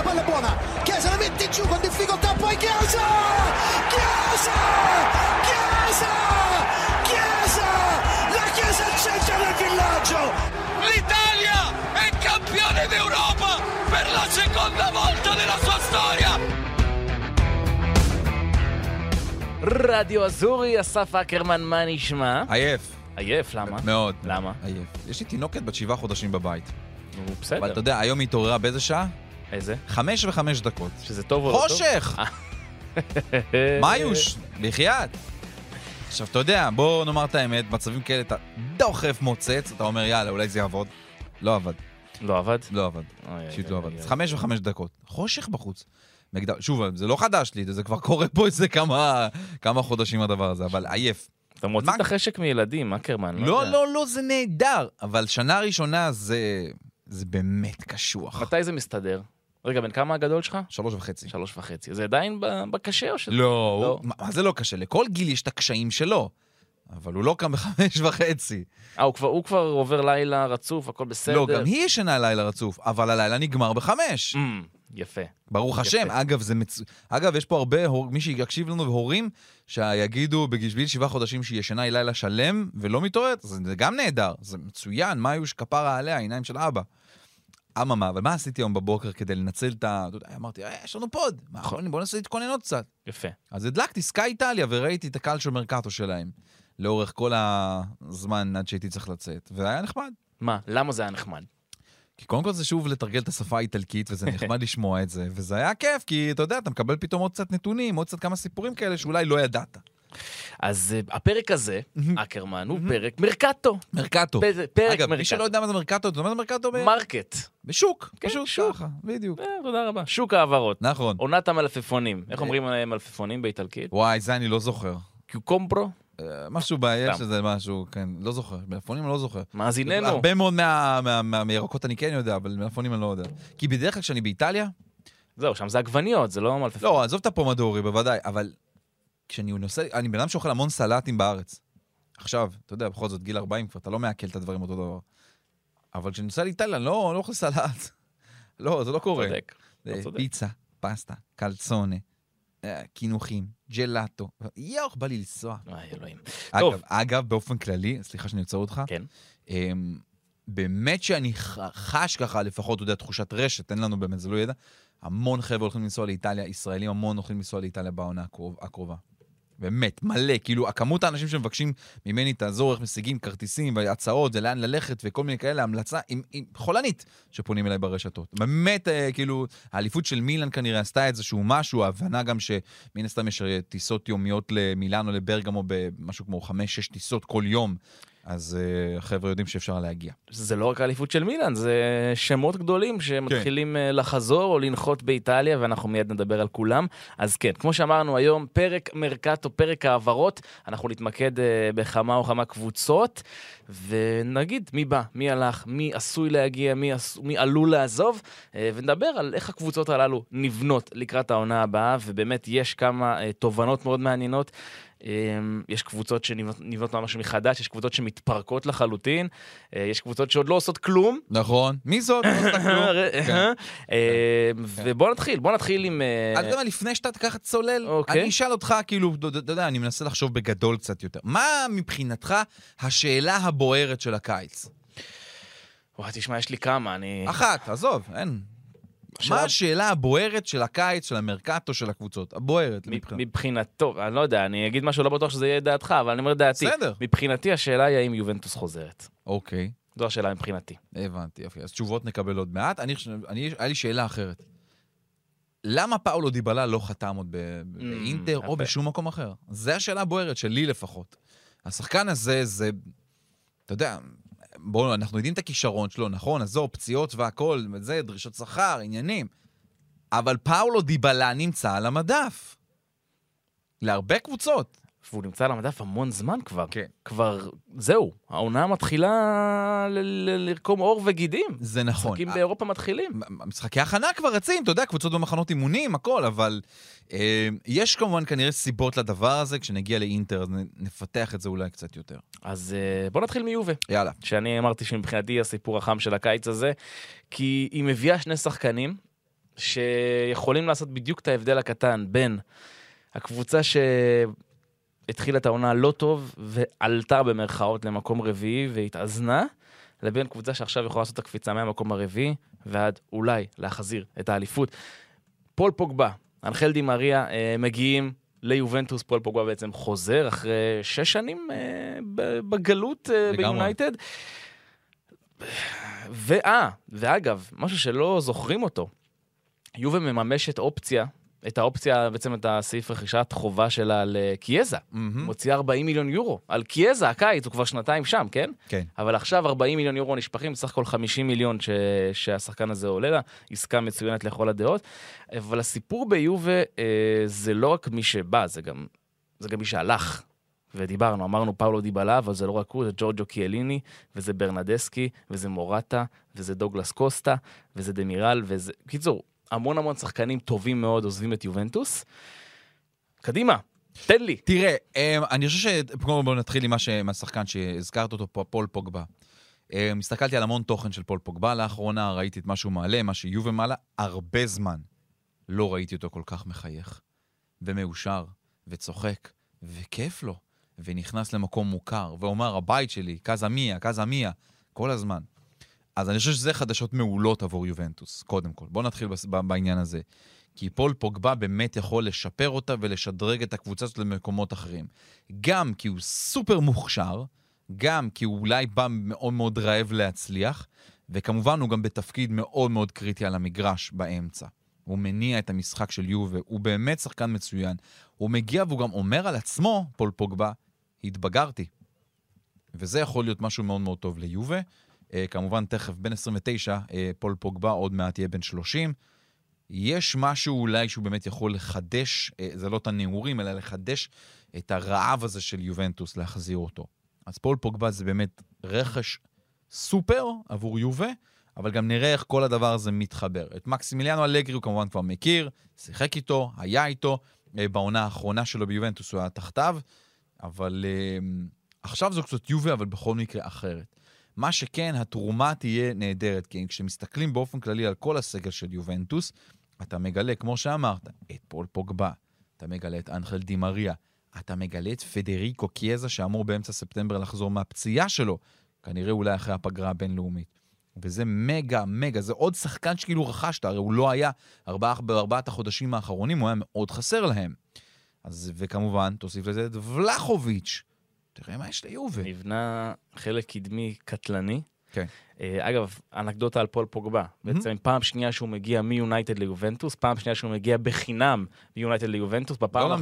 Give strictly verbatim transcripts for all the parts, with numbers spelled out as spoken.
palla buona, Chiesa la mette giù con difficoltà, poi Chiesa, Chiesa, Chiesa, Chiesa, la Chiesa al centro del villaggio. L'Italia è campione d'Europa per la seconda volta nella sua storia. רדיו אזורי, אסף אקרמן, מה נשמע? עייף. עייף, למה? מאוד. למה? עייף. יש לי תינוקת בת שבעה חודשים בבית. הוא בסדר. אבל אתה יודע, היום היא התעוררה באיזה שעה? איזה? חמש וחמש דקות. שזה טוב או לא טוב? חושך! מיוש, בחייאת. עכשיו, אתה יודע, בוא נאמר את האמת, מצבים כאלה אתה דוחף מוצץ, אתה אומר, יאללה, אולי זה יעבוד. לא עבד. לא עבד? לא עבד. שיט לא עבד. אז חמש וחמש דקות. חושך בחוץ. שוב, זה לא חדש לי, זה כבר קורה פה איזה כמה, כמה חודשים הדבר הזה, אבל עייף. אתה מוציא את החשק מילדים, אקרמן. לא, לא, לא, זה נהדר. אבל שנה ראשונה זה, זה באמת קשוח. מתי זה מסתדר? רגע, בין כמה הגדול שלך? שלוש וחצי. שלוש וחצי. זה עדיין בקשה או שזה? לא, מה זה לא קשה? לכל גיל יש את הקשיים שלו. אבל הוא לא קם בחמש וחצי. אה, הוא כבר, הוא כבר עובר לילה רצוף, הכל בסדר? לא, גם היא ישנה לילה רצוף, אבל הלילה נגמר בחמש. Mm, יפה. ברוך השם. אגב, זה מצ... אגב, יש פה הרבה, מי שיקשיב לנו והורים, שיגידו בגיל שבעה חודשים שהיא ישנה לילה שלם ולא מתעוררת, זה גם נהדר. זה מצוין, מה היו שכפרה עליה, העיניים של אבא. אממה, אבל מה עשיתי היום בבוקר כדי לנצל את ה... אמרתי, יש לנו פוד, בוא נעשה להתכונן עוד קצת. יפה. אז הדלקתי סקאי איטליה וראיתי את הקלצ'ו מרקטו שלהם. לאורך כל הזמן עד שהייתי צריך לצאת, וזה היה נחמד. מה? למה זה היה נחמד? כי קודם כל זה שוב לתרגל את השפה האיטלקית, וזה נחמד לשמוע את זה, וזה היה כיף, כי אתה יודע, אתה מקבל פתאום עוד קצת נתונים, עוד קצת כמה סיפורים כאלה שאולי לא ידעת. אז הפרק הזה, אקרמן, הוא פרק מרקטו. מרקטו. פרק מרקטו. אגב, מי שלא יודע מה זה מרקטו, אתה יודע מה זה מרקטו? מרקט. בשוק. כן, פשוט שוק. ככה, בדיוק. תודה רבה. שוק העברות. נכון. עונת המלפפונים. איך אומרים מלפפונים באיטלקית? וואי, זה אני לא זוכר. קיוקומברו? משהו בעיה שזה משהו, כן, לא זוכר. מלפפונים אני לא זוכר. מאזיננו. הרבה מאוד מהירקות אני כן יודע, אבל מלפפונים אני לא יודע. כי בדרך כלל כשאני באיטליה... זהו, שם זה עגבניות, זה לא מלפפונים. לא, עזוב את הפומדורי, בוודאי, אבל כשאני נוסע, אני בן אדם שאוכל המון סלטים בארץ. עכשיו, אתה יודע, בכל זאת, גיל ארבעים כבר, אתה לא מעכל את הדברים אותו דבר. אבל כשאני נוסע לאיטליה, אני לא אוכל סלט. לא, זה לא קורה. צודק. פיצה, פסטה, קלצונה, קינוחים, ג'לאטו. יוח, בא לי לנסוע. וואי, אלוהים. אגב, אגב, באופן כללי, סליחה שאני יוצר אותך, כן. באמת שאני חש ככה, לפחות, אתה יודע, תחושת רשת, אין לנו באמת, זה לא ידע, המון חבר'ה הולכים לנסוע לאיטליה, ישראלים המון הולכים לנסוע לאיטליה בעונה הקרובה. באמת, מלא, כאילו, הכמות האנשים שמבקשים ממני תעזור, איך משיגים כרטיסים והצעות, זה לאן ללכת וכל מיני כאלה, המלצה עם, עם חולנית שפונים אליי ברשתות. באמת, כאילו, האליפות של מילאן כנראה עשתה איזשהו משהו, ההבנה גם שמן הסתם יש טיסות יומיות למילאן או לברגמו במשהו כמו חמש, שש טיסות כל יום, אז uh, החבר'ה יודעים שאפשר להגיע. זה לא רק האליפות של מילאן, זה שמות גדולים שמתחילים כן. לחזור או לנחות באיטליה, ואנחנו מיד נדבר על כולם. אז כן, כמו שאמרנו היום, פרק מרקטו, פרק העברות, אנחנו נתמקד uh, בכמה או כמה קבוצות, ונגיד מי בא, מי הלך, מי עשוי להגיע, מי, עשו, מי עלול לעזוב, uh, ונדבר על איך הקבוצות הללו נבנות לקראת העונה הבאה, ובאמת יש כמה uh, תובנות מאוד מעניינות, יש קבוצות שנבנות ממש מחדש, יש קבוצות שמתפרקות לחלוטין, יש קבוצות שעוד לא עושות כלום. נכון. מי זאת? לא עושה כלום. ובוא נתחיל, בוא נתחיל עם... אני יודע מה, לפני שאתה תקחת צולל, אני אשאל אותך, כאילו, אתה יודע, אני מנסה לחשוב בגדול קצת יותר. מה מבחינתך השאלה הבוערת של הקיץ? וואי, תשמע, יש לי כמה, אני... אחת, עזוב, אין... מה השאלה הבוערת של הקיץ, של המרקטו, של הקבוצות? הבוערת. מבחינתו, אני לא יודע, אני אגיד משהו, לא בטוח שזה יהיה דעתך, אבל אני אומר דעתי. בסדר. מבחינתי השאלה היא האם יובנטוס חוזרת. אוקיי. זו השאלה מבחינתי. הבנתי, יופי. אז תשובות נקבל עוד מעט. אני, אני, היה לי שאלה אחרת. למה פאולו דיבלה לא חתם עוד באינטר או בשום מקום אחר? זה השאלה הבוערת, שלי לפחות. השחקן הזה, זה, אתה יודע... בואו, אנחנו יודעים את הכישרון שלו, נכון? אז זו, פציעות והכל, זה, דרישות שכר, עניינים. אבל פאולו דיבלה נמצא על המדף. להרבה קבוצות. והוא נמצא על המדף המון זמן כבר. כן. כבר, זהו, העונה מתחילה ל- ל- לרקום אור וגידים. זה נכון. משחקים באירופה מתחילים. משחקי הכנה כבר רצים, אתה יודע, קבוצות במחנות אימונים, הכל, אבל אה, יש כמובן כנראה סיבות לדבר הזה, כשנגיע לאינטר, אז נפתח את זה אולי קצת יותר. אז אה, בוא נתחיל מיובה. יאללה. שאני אמרתי שמבחינתי הסיפור החם של הקיץ הזה, כי היא מביאה שני שחקנים, שיכולים לעשות בדיוק את ההבדל הקטן בין הקבוצה שהתחילה את העונה לא טוב, ועלתה במרכאות למקום רביעי והתאזנה, לבין קבוצה שעכשיו יכולה לעשות את הקפיצה מהמקום הרביעי, ועד אולי להחזיר את האליפות. פול פוגבה, אנחל די מריה, מגיעים ליובנטוס. פול פוגבה בעצם חוזר אחרי שש שנים בגלות ביונייטד. ואה, ואגב, משהו שלא זוכרים אותו, יובה מממשת אופציה, את האופציה, בעצם את הסעיף רכישת חובה שלה לקייזה. Mm-hmm. מוציאה ארבעים מיליון יורו על קייזה, הקיץ, הוא כבר שנתיים שם, כן? כן. אבל עכשיו ארבעים מיליון יורו נשפכים, בסך הכל חמישים מיליון ש... שהשחקן הזה עולה לה, עסקה מצוינת לכל הדעות. אבל הסיפור ביובה אה, זה לא רק מי שבא, זה גם, זה גם מי שהלך. ודיברנו, אמרנו פאולו דיבלה, אבל זה לא רק הוא, זה ג'ורג'ו קיאליני, וזה ברנדסקי, וזה מורטה, וזה דוגלס קוסטה, וזה דמירל, וזה... קיצור, המון המון שחקנים טובים מאוד עוזבים את יובנטוס. קדימה, תן לי. תראה, אני חושב ש... בואו נתחיל עם השחקן שהזכרת אותו פה, פול פוגבה. הסתכלתי על המון תוכן של פול פוגבה, לאחרונה ראיתי את מה שהוא מעלה, מה שיובה מעלה, הרבה זמן לא ראיתי אותו כל כך מחייך, ומאושר, וצוחק, וכיף לו, ונכנס למקום מוכר, ואומר, הבית שלי, קאזה מיה, קאזה מיה, כל הזמן. אז אני חושב שזה חדשות מעולות עבור יובנטוס, קודם כל. בואו נתחיל בעניין הזה. כי פול פוגבה באמת יכול לשפר אותה ולשדרג את הקבוצה הזאת למקומות אחרים. גם כי הוא סופר מוכשר, גם כי הוא אולי בא מאוד מאוד רעב להצליח, וכמובן הוא גם בתפקיד מאוד מאוד קריטי על המגרש באמצע. הוא מניע את המשחק של יובה, הוא באמת שחקן מצוין. הוא מגיע והוא גם אומר על עצמו, פול פוגבה, התבגרתי. וזה יכול להיות משהו מאוד מאוד טוב ליובה. Uh, כמובן, תכף, בין עשרים ותשע, uh, פול פוגבה עוד מעט יהיה בין שלושים. יש משהו אולי שהוא באמת יכול לחדש, uh, זה לא את הנעורים, אלא לחדש את הרעב הזה של יובנטוס, להחזיר אותו. אז פול פוגבה זה באמת רכש סופר עבור יובה, אבל גם נראה איך כל הדבר הזה מתחבר. את מקסימיליאנו אלגרי הוא כמובן כבר מכיר, שיחק איתו, היה איתו, uh, בעונה האחרונה שלו ביובנטוס הוא היה תחתיו, אבל uh, עכשיו זו קצת יובה, אבל בכל מקרה אחרת. מה שכן, התרומה תהיה נהדרת, כי כשמסתכלים באופן כללי על כל הסגל של יובנטוס, אתה מגלה, כמו שאמרת, את פול פוגבה, אתה מגלה את אנחל די מריה, אתה מגלה את פדריקו קייזה, שאמור באמצע ספטמבר לחזור מהפציעה שלו, כנראה אולי אחרי הפגרה הבינלאומית. וזה מגה, מגה, זה עוד שחקן שכאילו רכשת, הרי הוא לא היה ארבע, בארבעת החודשים האחרונים, הוא היה מאוד חסר להם. אז, וכמובן, תוסיף לזה את ולחוביץ', תראה מה יש ליובה. נבנה חלק קדמי קטלני. כן. אגב, אנקדוטה על פול פוגבה. בעצם פעם שנייה שהוא מגיע מיונייטד ליובנטוס, פעם שנייה שהוא מגיע בחינם מיונייטד ליובנטוס,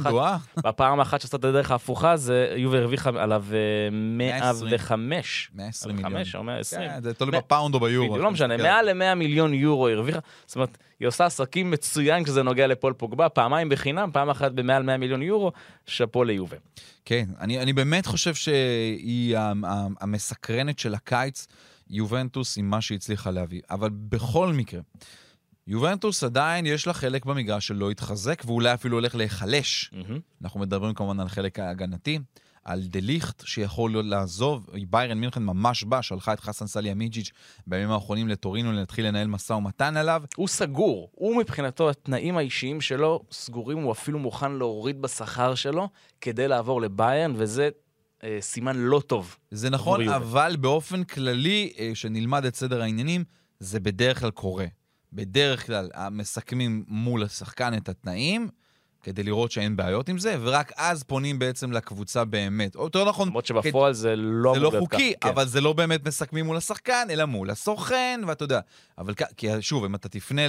בפעם אחת שעשתה את הדרך ההפוכה, זה יובה הרוויחה עליו מאה וחמש. מאה ועשרים מיליון. או מאה ועשרים. זה תלוי בפאונד או ביורו. לא משנה, מעל ל-מאה מיליון יורו הרוויחה. זאת אומרת, היא עושה עסקים מצוין כשזה נוגע לפול פוגבה, פעמיים בחינם, פעם אחת במעל מאה מיליון יורו, שפו ליובה. כן, אני, אני באמת חושב שהיא המסקרנת של הקיץ, יובנטוס עם מה שהצליחה להביא. אבל בכל מקרה, יובנטוס עדיין יש לה חלק במגרש שלא התחזק, ואולי אפילו הולך להיחלש. Mm-hmm. אנחנו מדברים כמובן על חלק ההגנתי, על דליכט שיכול לעזוב, ביירן מינכן ממש בא, שלחה את חסן סליאמיג'יץ' בימים האחרונים לטורינו להתחיל לנהל מסע ומתן עליו. הוא סגור, הוא מבחינתו התנאים האישיים שלו סגורים, הוא אפילו מוכן להוריד בשכר שלו כדי לעבור לביירן, וזה אה, סימן לא טוב. זה נכון, אבל באופן כללי, אה, שנלמד את סדר העניינים, זה בדרך כלל קורה. בדרך כלל מסכמים מול השחקן את התנאים, כדי לראות שאין בעיות עם זה, ורק אז פונים בעצם לקבוצה באמת. או יותר נכון... למרות שבפועל זה לא... זה לא חוקי, אבל זה לא באמת מסכמים מול השחקן, אלא מול הסוכן, ואתה יודע. אבל כי שוב, אם אתה תפנה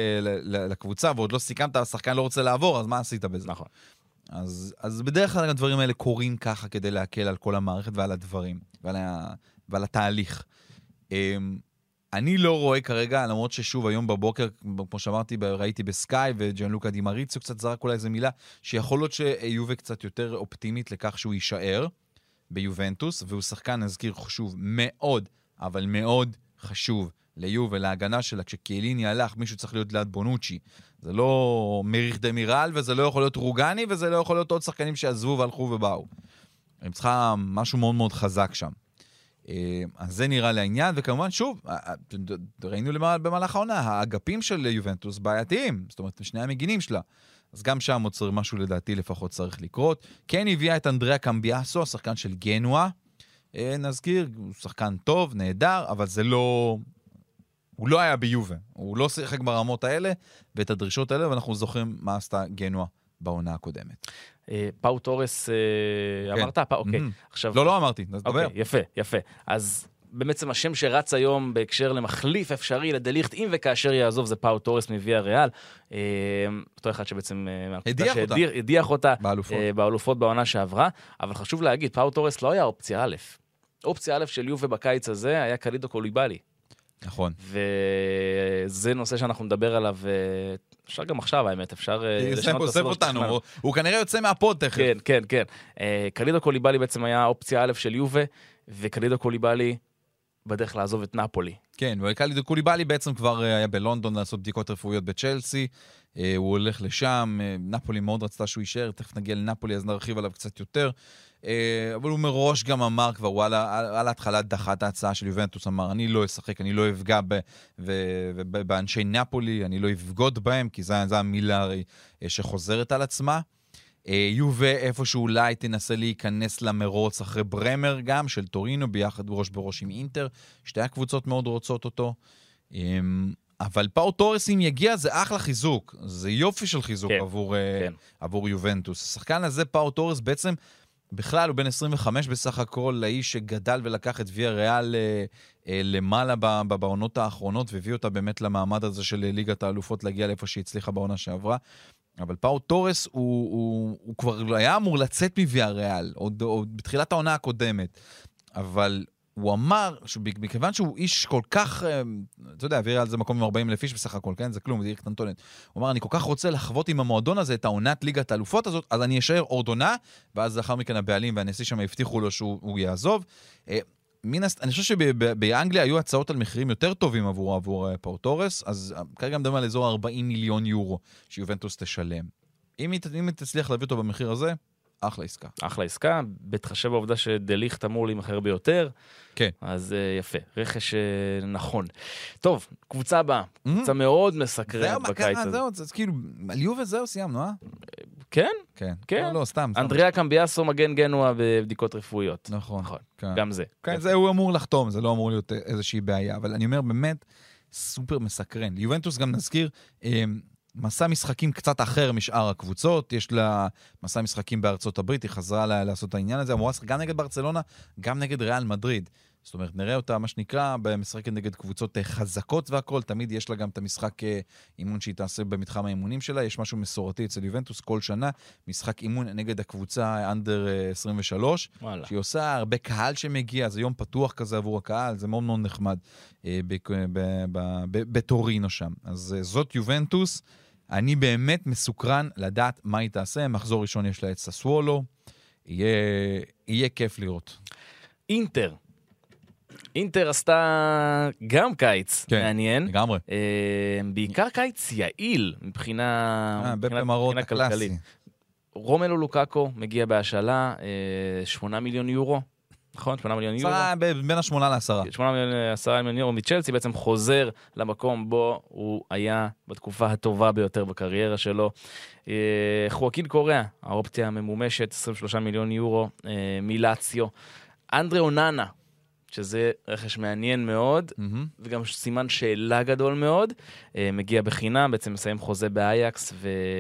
לקבוצה, ועוד לא סיכמת, השחקן לא רוצה לעבור, אז מה עשית בזה? נכון. אז, אז בדרך כלל הדברים האלה קורים ככה, כדי להקל על כל המערכת ועל הדברים, ועל, ה, ועל התהליך. אני לא רואה כרגע, למרות ששוב היום בבוקר, כמו שאמרתי, ראיתי בסקאי, וג'אן לוקה די מריציו קצת זרק אולי איזה מילה, שיכול להיות שיובה קצת יותר אופטימית לכך שהוא יישאר ביובנטוס, והוא שחקן, נזכיר, חשוב מאוד, אבל מאוד חשוב ליובה, להגנה שלה. כשקיאליני הלך, מישהו צריך להיות ליד בונוצ'י. זה לא מריך דמירל, וזה לא יכול להיות רוגני, וזה לא יכול להיות עוד שחקנים שעזבו והלכו ובאו. הם צריכה משהו מאוד מאוד חזק שם. אז זה נראה לעניין, וכמובן, שוב, ראינו במהלך העונה, האגפים של יובנטוס בעייתיים, זאת אומרת, שני המגינים שלה. אז גם שם עוד צריך משהו לדעתי לפחות צריך לקרות. כן הביאה את אנדריה קמביאסו, השחקן של גנואה. נזכיר, הוא שחקן טוב, נהדר, אבל זה לא... הוא לא היה ביובה. הוא לא שיחק ברמות האלה, ואת הדרישות האלה, ואנחנו זוכרים מה עשתה גנואה בעונה הקודמת. פאו טורס, אמרת? אוקיי. לא, לא אמרתי, אז דבר. יפה, יפה. אז בעצם השם שרץ היום בהקשר למחליף אפשרי לדליכט, אם וכאשר יעזוב, זה פאו טורס מוויה ריאל. אותו אחד שבעצם הדיח אותה באלופות בעונה שעברה. אבל חשוב להגיד, פאו טורס לא היה אופציה א'. אופציה א' של יובה בקיץ הזה היה קלידו קוליבאלי. נכון. וזה נושא שאנחנו נדבר עליו, אפשר גם עכשיו, האמת, אפשר לשנות את הסלוש אותנו, הוא כנראה יוצא מהפוד תכף. כן, כן, כן. קלידו קוליבאלי בעצם היה אופציה א' של יובה, וקלידו קוליבאלי בדרך לעזוב את נפולי. כן, וקלידו קוליבאלי בעצם כבר היה בלונדון לעשות בדיקות רפואיות בצ'לסי, הוא הולך לשם, נפולי מאוד רצתה שהוא יישאר, תכף נגיע לנפולי, אז נרחיב עליו קצת יותר. אבל הוא מראש גם אמר כבר, הוא על ההתחלה דחה את ההצעה של יובנטוס, אמר, אני לא אשחק, אני לא אפגע באנשי נפולי, אני לא אפגוד בהם, כי זו המילה שחוזרת על עצמה. יובה איפשהו אולי תנסה להיכנס למרוץ אחרי ברמר גם, של טורינו, ביחד ראש בראש עם אינטר, שתי הקבוצות מאוד רוצות אותו. אבל פאו טורס אם יגיע זה אחלה חיזוק, זה יופי של חיזוק כן, עבור, כן. עבור יובנטוס. השחקן הזה, פאו טורס, בעצם בכלל הוא בן עשרים וחמש בסך הכל, לאיש שגדל ולקח את ויה ריאל למעלה בעונות האחרונות, והביא אותה באמת למעמד הזה של ליגת האלופות, להגיע לאיפה שהצליחה בעונה שעברה. אבל פאו טורס הוא, הוא, הוא כבר היה אמור לצאת מוויה ריאל, עוד, עוד בתחילת העונה הקודמת, אבל הוא אמר, מכיוון שהוא איש כל כך, אתה יודע, ויה ריאל זה מקום עם ארבעים אלף איש בסך הכל, כן? זה כלום, זה עיר קטנטונת. הוא אמר, אני כל כך רוצה לחוות עם המועדון הזה את העונת ליגת האלופות הזאת, אז אני אשאר עוד עונה, ואז לאחר מכן הבעלים והנשיא שם הבטיחו לו שהוא יעזוב. אני חושב שבאנגליה היו הצעות על מחירים יותר טובים עבור, עבור פאו טורס, אז כרגע מדברים על אזור ארבעים מיליון יורו שיובנטוס תשלם. אם היא, אם היא תצליח להביא אותו במחיר הזה, אחלה עסקה. אחלה עסקה, בתחשב בעובדה שדליכט אמור להימחר ביותר, כן. אז uh, יפה, רכש uh, נכון. טוב, קבוצה הבאה, mm-hmm. קבוצה מאוד מסקרנת בקיץ הזה. זהו, זה כאילו, על יובה זהו סיימנו, אה? כן? כן. כן. לא, לא, סתם. אנדריה קמביאסו מגן גנואה בבדיקות רפואיות. נכון. נכון. כן. גם זה. כן, זה הוא אמור לחתום, זה לא אמור להיות איזושהי בעיה, אבל אני אומר באמת, סופר מסקרן. יובנטוס גם נזכיר, מסע משחקים קצת אחר משאר הקבוצות, יש לה מסע משחקים בארצות הברית, היא חזרה לה, לעשות את העניין הזה, אמורה גם נגד ברצלונה, גם נגד ריאל מדריד. זאת אומרת, נראה אותה, מה שנקרא, במשחק נגד קבוצות חזקות והכל, תמיד יש לה גם את המשחק אימון שהיא תעשה במתחם האימונים שלה, יש משהו מסורתי אצל יובנטוס כל שנה, משחק אימון נגד הקבוצה אנדר עשרים ושלוש, וואלה. שהיא עושה הרבה קהל שמגיע, זה יום פתוח כזה עבור הקהל, זה מאוד מאוד נחמד בטורינו שם. אז זאת יובנטוס, אני באמת מסוקרן לדעת מה היא תעשה, מחזור ראשון יש לה את ססוולו, יהיה, יהיה כיף לראות. אינטר. אינטר עשתה גם קיץ כן, מעניין. לגמרי. אה, בעיקר קיץ יעיל מבחינה, אה, מבחינה, מבחינה כלכלית. רומלו לוקאקו מגיע בהשאלה, אה, שמונה מיליון יורו. נכון? שמונה מיליון יורו. בין השמונה לעשרה. שמונה מיליון עשרה מיליון יורו מצ'לסי, בעצם חוזר למקום בו הוא היה בתקופה הטובה ביותר בקריירה שלו. חואקין קוריאה, האופציה הממומשת, עשרים ושלושה מיליון יורו מילאציו. אנדרה אוננה, שזה רכש מעניין מאוד, mm-hmm. וגם סימן שאלה גדול מאוד, מגיע בחינם, בעצם מסיים חוזה באייקס,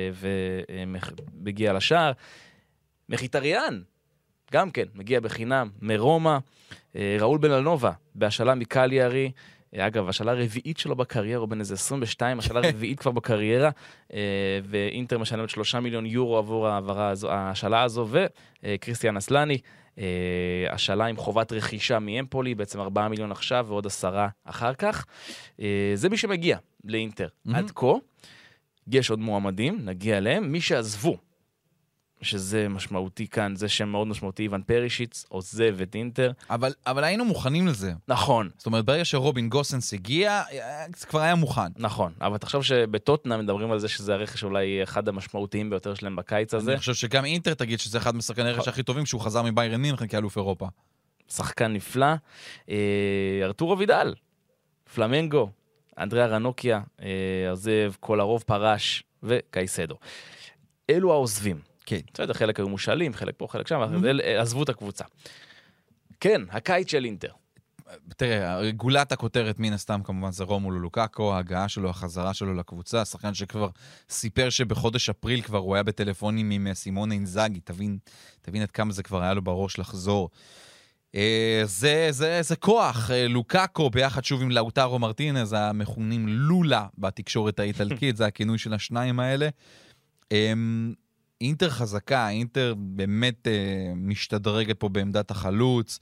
ומגיע לשער. מחיטריאן, גם כן, מגיע בחינם, מרומא, ראול בלנובה, בהשאלה מקליארי, אגב, השאלה הרביעית שלו בקריירה, הוא בין איזה עשרים ושתיים, השאלה הרביעית כבר בקריירה, ואינטר משלמת שלושה מיליון יורו עבור ההשאלה הזו, וקריסטיאן אסלני, השאלה עם חובת רכישה מאמפולי, בעצם ארבעה מיליון עכשיו, ועוד עשרה אחר כך. זה מי שמגיע לאינטר. עד כה, יש עוד מועמדים, נגיע אליהם, מי שעזבו, שזה משמעותי כאן, זה שם מאוד משמעותי, איוון פרישיץ, עוזב את אינטר. אבל, אבל היינו מוכנים לזה. נכון. זאת אומרת, ברגע שרובין גוסנס הגיע, זה כבר היה מוכן. נכון, אבל תחשוב שבטוטנהאם מדברים על זה שזה הרכש אולי אחד המשמעותיים ביותר שלהם בקיץ הזה. אני חושב שגם אינטר תגיד שזה אחד משחקני הרכש הכי טובים, שהוא חזר מביירן מינכן כאלוף אירופה. שחקן נפלא. ארתורו וידל, פלמנגו, אנדריה רנוקיה, עזב, כל הרוב פרש, וקייסדו. אלו העוזבים. כן. בסדר, חלק היו מושאלים, חלק פה, חלק שם, עזבו את הקבוצה. כן, הקיץ של אינטר. תראה, גולת הכותרת מן הסתם כמובן זה רומולו לוקאקו, ההגעה שלו, החזרה שלו לקבוצה, שחקן שכבר סיפר שבחודש אפריל כבר הוא היה בטלפונים עם סימון אינזאגי, תבין, תבין עד כמה זה כבר היה לו בראש לחזור. זה, זה, זה כוח, לוקאקו ביחד שוב עם לאוטרו מרטינז, המכונים לולה בתקשורת האיטלקית, זה הכינוי של השניים האלה. אינטר חזקה, אינטר באמת משתדרגת פה בעמדת החלוץ,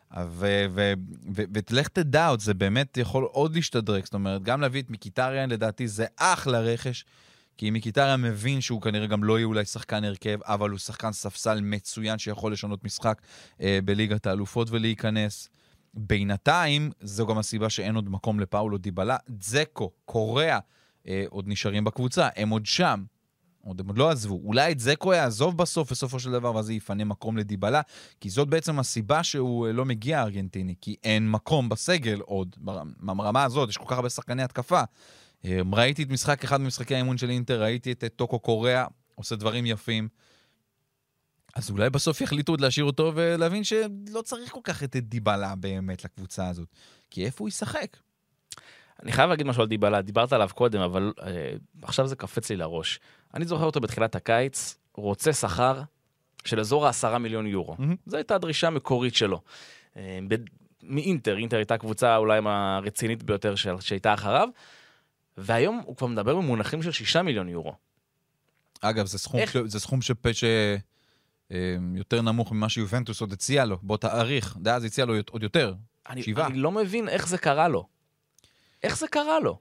ותלך תדע עוד, זה באמת יכול עוד להשתדרג, זאת אומרת, גם להביא את מיקיטריאן, לדעתי זה אחלה רכש, כי מיקיטריאן מבין שהוא כנראה גם לא יהיה אולי שחקן הרכב, אבל הוא שחקן ספסל מצוין שיכול לשנות משחק אה, בליגת האלופות ולהיכנס. בינתיים, זו גם הסיבה שאין עוד מקום לפאולו דיבלה, זקו, קוריאה, אה, עוד נשארים בקבוצה, הם עוד שם. עוד הם עוד לא עזבו. אולי את זקו יעזוב בסוף, בסופו של דבר, ואז יפנה מקום לדיבלה, כי זאת בעצם הסיבה שהוא לא מגיע ארגנטיני, כי אין מקום בסגל עוד, ברמה הזאת, יש כל כך הרבה שחקני התקפה. ראיתי את משחק אחד ממשחקי האימון של אינטר, ראיתי את טוקו קוריאה, עושה דברים יפים, אז אולי בסוף יחליטו עוד להשאיר אותו, ולהבין שלא צריך כל כך את דיבלה באמת לקבוצה הזאת, כי איפה הוא ישחק? אני חייב להגיד משהו על דיבלה, דיברת עליו קודם, אבל אה, עכשיו זה קפץ לי לראש. אני זוכר אותו בתחילת הקיץ, רוצה שכר של אזור העשרה מיליון יורו. Mm-hmm. זו הייתה הדרישה המקורית שלו. אה, ב- מאינטר, אינטר הייתה קבוצה אולי הרצינית ביותר של, שהייתה אחריו, והיום הוא כבר מדבר במונחים של שישה מיליון יורו. אגב, זה סכום, ש... זה סכום שפש... אה, יותר נמוך ממה שיובנטוס עוד הציע לו, בוא תאריך, דאז הציע לו עוד יותר, אני, שבעה. אני לא מבין איך זה קרה לו. איך זה קרה לו?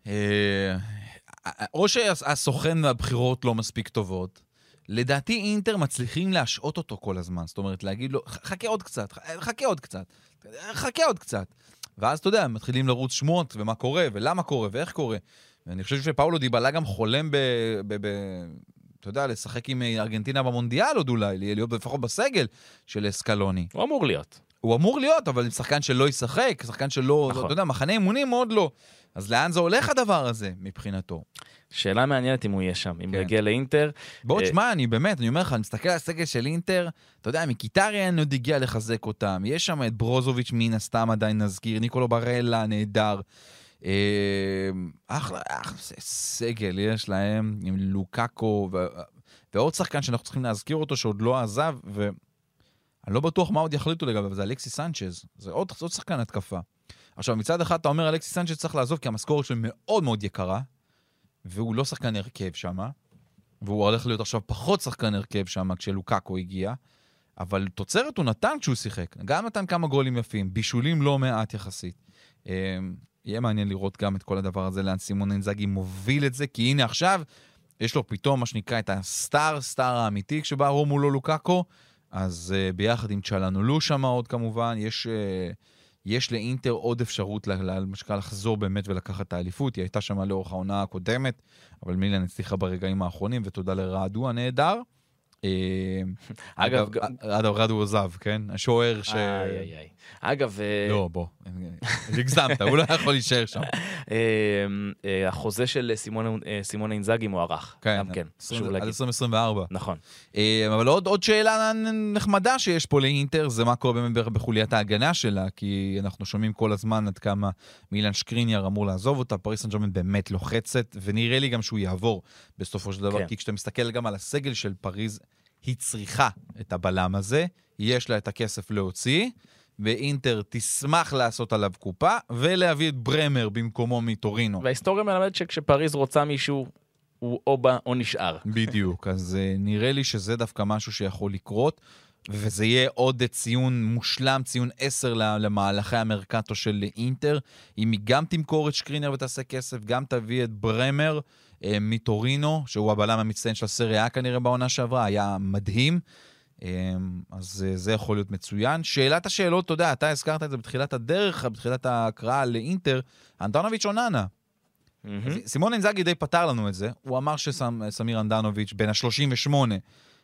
או שהסוכן והבחירות לא מספיק טובות, לדעתי אינטר מצליחים להשעות אותו כל הזמן, זאת אומרת להגיד לו, חכה עוד קצת, חכה עוד קצת, חכה עוד קצת. ואז אתה יודע, מתחילים לרוץ שמות, ומה קורה, ולמה קורה, ואיך קורה. ואני חושב שפאולו דיבלה גם חולם ב... ב, ב אתה יודע, לשחק עם ארגנטינה במונדיאל עוד אולי, להיות לפחות בסגל של אסקלוני. הוא אמור להיות. הוא אמור להיות, אבל שחקן שלא ישחק, שחקן שלא, נכון. אתה יודע, מחנה אימונים מאוד לא. אז לאן זה הולך הדבר הזה מבחינתו? שאלה מעניינת אם הוא יהיה שם, אם כן. הוא יגיע לאינטר. בוא אה... תשמע, אני באמת, אני אומר לך, אני מסתכל על הסגל של אינטר, אתה יודע, מיקיטריאן עוד הגיע לחזק אותם, יש שם את ברוזוביץ' מן הסתם עדיין נזכיר, ניקולו ברלה נהדר, אה... אחלה, אחלה, סגל יש להם, עם לוקאקו, ו... ועוד שחקן שאנחנו צריכים להזכיר אותו, שעוד לא עזב, ו... אני לא בטוח מה עוד יחליטו לגביו, זה אלכסי סנצ'ז, זה עוד, עוד שחקן התקפה. עכשיו, מצד אחד אתה אומר, אלכסי סנצ'ז צריך לעזוב, כי המשכורת שלו מאוד מאוד יקרה, והוא לא שחקן הרכב שם, והוא הולך להיות עכשיו פחות שחקן הרכב שם, כשלוקאקו הגיע, אבל תוצרת הוא נתן כשהוא שיחק, גם נתן כמה גולים יפים, בישולים לא מעט יחסית. יהיה מעניין לראות גם את כל הדבר הזה, לאן סימון אינזאגי מוביל את זה, כי הנה עכשיו, יש לו פתאום מה שנקרא את הסטאר, סטאר האמיתי, כשבא רומולו לוקאקו, אז uh, ביחד עם צ'לנולו שם עוד כמובן, יש, uh, יש לאינטר עוד אפשרות למשקל לחזור באמת ולקחת את האליפות, היא הייתה שם לאורך העונה הקודמת, אבל מילן הצליחה ברגעים האחרונים, ותודה לרעדו הנהדר. אגב, אגב, רדו עוזב, כן? השוער ש... איי, איי, איי. אגב... לא, בוא. הגזמת, הוא לא יכול להישאר שם. החוזה של סימון אינזאגי מוארך. כן, כן. עד עשרים עשרים וארבע. נכון. אבל עוד שאלה נחמדה שיש פה לאינטר, זה מה קורה באמת בחוליית ההגנה שלה, כי אנחנו שומעים כל הזמן עד כמה מילן שקריניאר אמור לעזוב אותה, פריס סן ז'רמן באמת לוחצת, ונראה לי גם שהוא יעבור בסופו של דבר, כי כשאתה מסתכל גם על הסגל של פריז, היא צריכה את הבלם הזה, יש לה את הכסף להוציא, ואינטר תשמח לעשות עליו קופה, ולהביא את ברמר במקומו מטורינו. וההיסטוריה מלמד שכשפריז רוצה מישהו, הוא או בא או נשאר. בדיוק, אז נראה לי שזה דווקא משהו שיכול לקרות, וזה יהיה עוד ציון מושלם, ציון עשר למהלכי המרקטו של אינטר, אם היא גם תמכור את שקרינר ותעשה כסף, גם תביא את ברמר מטורינו, שהוא הבלם המצטיין של הסריה כנראה בעונה שעברה, היה מדהים, אז זה יכול להיות מצוין. שאלת השאלות, אתה יודע, אתה הזכרת את זה בתחילת הדרך, בתחילת ההקראה לאינטר, אנדונוביץ' אוננה. סימון אינזאגי די פתר לנו את זה, הוא אמר שסמיר אנדונוביץ' בין ה-שלושים ושמונה,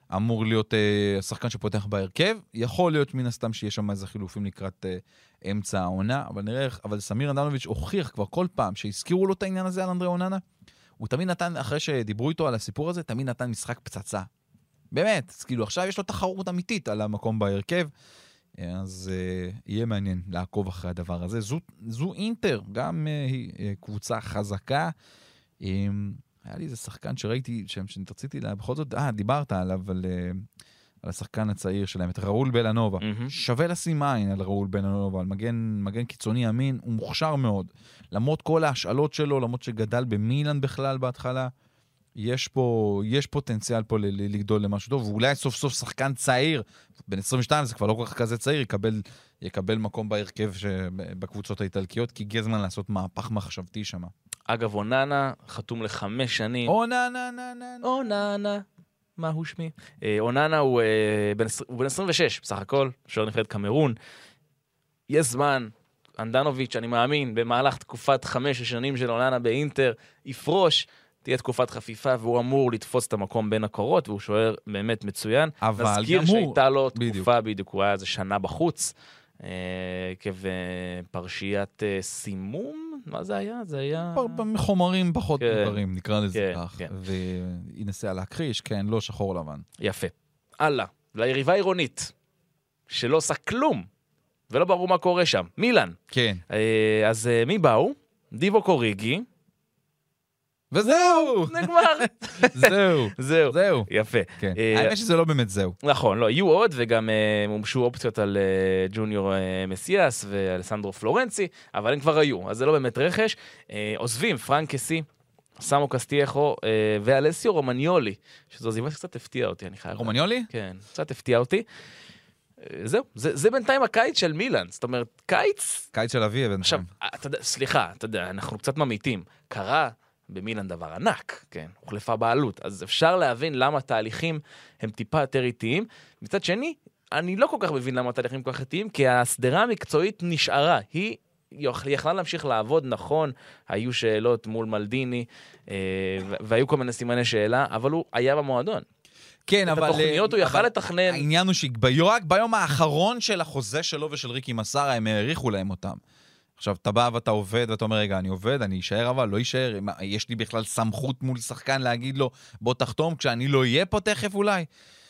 אמור להיות uh, השחקן שפותח בהרכב, יכול להיות מן הסתם שיש שם איזה חילופים לקראת uh, אמצע העונה, אבל נראה, אבל סמיר אנדנוביץ' הוכיח כבר כל פעם שהזכירו לו את העניין הזה על אנדרי אוננה, הוא תמיד נתן, אחרי שדיברו איתו על הסיפור הזה, תמיד נתן משחק פצצה. באמת, אז כאילו עכשיו יש לו תחרות אמיתית על המקום בהרכב, אז uh, יהיה מעניין לעקוב אחרי הדבר הזה. זו, זו אינטר, גם uh, uh, קבוצה חזקה, um, היה לי איזה שחקן שראיתי, שרציתי לה, בכל זאת, אה, דיברת עליו, על, על השחקן הצעיר שלהם, את ראול בלנובה. Mm-hmm. שווה לשים עין על ראול בלנובה, על מגן, מגן קיצוני אמין, הוא מוכשר מאוד. למרות כל ההשאלות שלו, למרות שגדל במילאן בכלל בהתחלה, יש פה, יש פוטנציאל פה לגדול למשהו טוב, ואולי סוף סוף שחקן צעיר, בן עשרים ושתיים זה כבר לא כל כך כזה צעיר, יקבל, יקבל מקום בהרכב בקבוצות האיטלקיות, כי הגיע הזמן לעשות מהפך מחשבתי שם. אגב, אוננה חתום לחמש שנים. אוננה, אוננה, מה הוא שמי? אוננה הוא בן עשרים ושש, בסך הכל, שוער נבחרת קמרון. יש זמן, אנדנוביץ', אני מאמין, במהלך תקופת חמש השנים של אוננה באינטר, יפרוש, תהיה תקופת חפיפה, והוא אמור לתפוס את המקום בין הקורות, והוא שוער באמת מצוין. אבל נזכיר שהייתה לו תקופה בדיוק, הוא היה איזה שנה בחוץ, כפרשיית סימום, מה זה היה? זה היה... חומרים פחות מוכרים, נקרא לזה כך. וינסה להכחיש, כן, לא שחור לבן. יפה. הלאה, ליריבה עירונית, שלא עושה כלום, ולא ברור מה קורה שם. מילאן. כן. אז מי באו? דיבו קוריגי. וזהו! נגמר. זהו. זהו. זהו. יפה. כן. האמת שזה לא באמת זהו. נכון, לא, יהיו עוד, וגם מומשו אופציות על ג'וניור מסיאס ואלסנדרו פלורנצי, אבל הם כבר היו, אז זה לא באמת רכש. עוזבים, פרנקסי, סמו קסטייחו ואלסיו רומניולי, שזו עזיבה שקצת הפתיעה אותי, אני חייב. רומניולי? כן, קצת הפתיעה אותי. זהו, זה, זה בינתיים הקיץ של מילאן, זאת אומרת, קיץ... קיץ של אבי, בינתיים. עכשיו, אתה יודע, סליחה, אתה יודע, אנחנו קצת ממיתים. קרה במילאן דבר ענק, כן, הוחלפה בעלות, אז אפשר להבין למה התהליכים הם טיפה יותר איטיים. מצד שני, אני לא כל כך מבין למה התהליכים כל כך איטיים, כי הסדרה המקצועית נשארה, היא יכלה להמשיך לעבוד, נכון, היו שאלות מול מלדיני, והיו כל מיני סימני שאלה, אבל הוא היה במועדון. כן, אבל... את התוכניות הוא יכל לתכנן. העניין הוא שרק ביום האחרון של החוזה שלו ושל ריקי מסארה, הם העריכו להם אותם. עכשיו, אתה בא ואתה עובד, ואתה אומר, רגע, אני עובד, אני אשאר אבל, לא אשאר, יש לי בכלל סמכות מול שחקן להגיד לו, בוא תחתום, כשאני לא אהיה פה תכף אולי.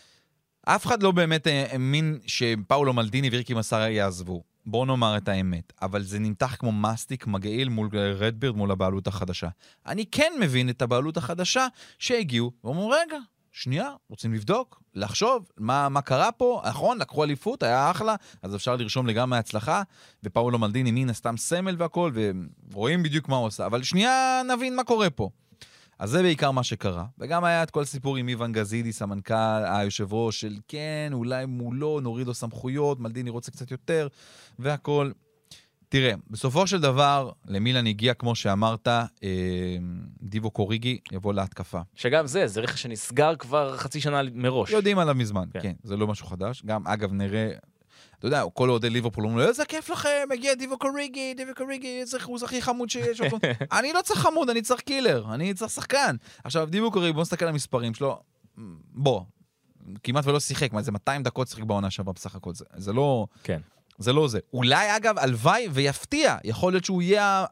אף אחד לא באמת האמין שפאולו מלדיני וריקי מסארה יעזבו. בואו נאמר את האמת. אבל זה נמתח כמו מסטיק מגעיל מול רדבירד, מול הבעלות החדשה. אני כן מבין את הבעלות החדשה שהגיעו, ואומרים, רגע, שנייה, רוצים לבדוק, לחשוב, מה, מה קרה פה, נכון, לקחו אליפות, היה אחלה, אז אפשר לרשום לגמרי הצלחה, ופאולו מלדיני מין הסתם סמל והכל, ורואים בדיוק מה הוא עושה, אבל שנייה נבין מה קורה פה. אז זה בעיקר מה שקרה, וגם היה את כל סיפור עם איוון גזידיס, המנכ"ל, היושב ראש של כן, אולי מולו, נוריד לו סמכויות, מלדיני רוצה קצת יותר, והכל. תראה, בסופו של דבר, למילאן הגיע, כמו שאמרת, אה, דיבו קוריגי יבוא להתקפה. שגם זה, זה רכש שנסגר כבר חצי שנה מראש. יודעים עליו מזמן, כן. כן, זה לא משהו חדש. גם, אגב, נראה, אתה יודע, כל עודי ליברפול אומרים לו, איזה כיף לכם, הגיע דיבו קוריגי, דיבו קוריגי, איזה חוץ הכי חמוד שיש. אני לא צריך חמוד, אני צריך קילר, אני צריך שחקן. עכשיו, דיבו קוריגי, בוא נסתכל על המספרים שלו, בוא, כמעט ולא שיחק, מה, זה מאתיים דקות שיחק בעונה שווה בסך הכל, זה, זה לא... כן. זה לא זה. אולי, אגב, הלוואי ויפתיע. יכול להיות שהוא יהיה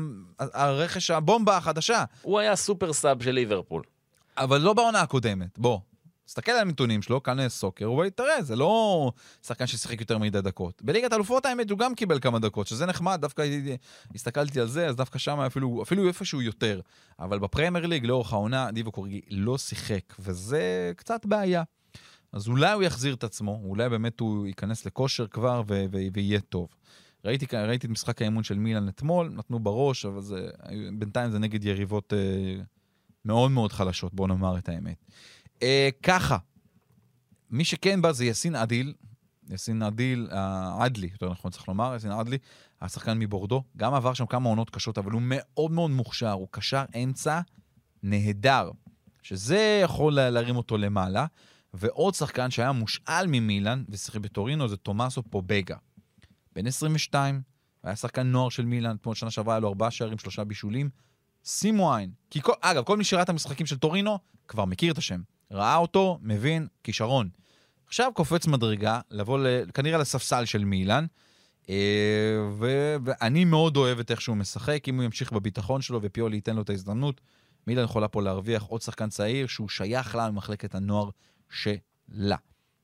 הרכש הבומבה החדשה. הוא היה סופר סאב של ליברפול. אבל לא בעונה הקודמת. בוא, תסתכל על המתונים שלו, כאן סוקר, ותראה, זה לא שחקן ששיחק יותר מדי דקות. בליגת אלופות האמת הוא גם קיבל כמה דקות, שזה נחמד, דווקא הסתכלתי על זה, אז דווקא שם אפילו, אפילו איפשהו יותר. אבל בפרמייר ליג, לאורך העונה, דיבו קוריגי לא שיחק, וזה קצת בעיה. אז אולי הוא יחזיר את עצמו, אולי באמת הוא ייכנס לכושר כבר ו- ו- ויהיה טוב. ראיתי, ראיתי את משחק האימון של מילאן אתמול, נתנו בראש, אבל זה, בינתיים זה נגד יריבות אה, מאוד מאוד חלשות, בואו נאמר את האמת. אה, ככה, מי שכן בא זה יסין עדיל, יסין עדיל, אה, עדלי, יותר נכון צריך לומר, יסין עדלי, השחקן מבורדו, גם עבר שם כמה עונות קשות, אבל הוא מאוד מאוד מוכשר, הוא קשר אמצע נהדר, שזה יכול להרים אותו למעלה, ועוד שחקן שהיה מושאל ממילאן, ושיחק בטורינו, זה תומאסו פובגה. בן עשרים ושתיים, היה שחקן נוער של מילאן, כמו שנה שעברה היה לו ארבעה שערים, שלושה בישולים. שימו עין. כי כל, אגב, כל מי שראה את המשחקים של טורינו, כבר מכיר את השם. ראה אותו, מבין, כישרון. עכשיו קופץ מדרגה, לבוא כנראה לספסל של מילאן, ואני מאוד אוהב את איך שהוא משחק, אם הוא ימשיך בביטחון שלו ופיולי ייתן לו את ההזדמנות, מילאן יכולה פה להרוויח עוד שחקן צעיר שהוא שייך לה ממחלקת הנוער שלה.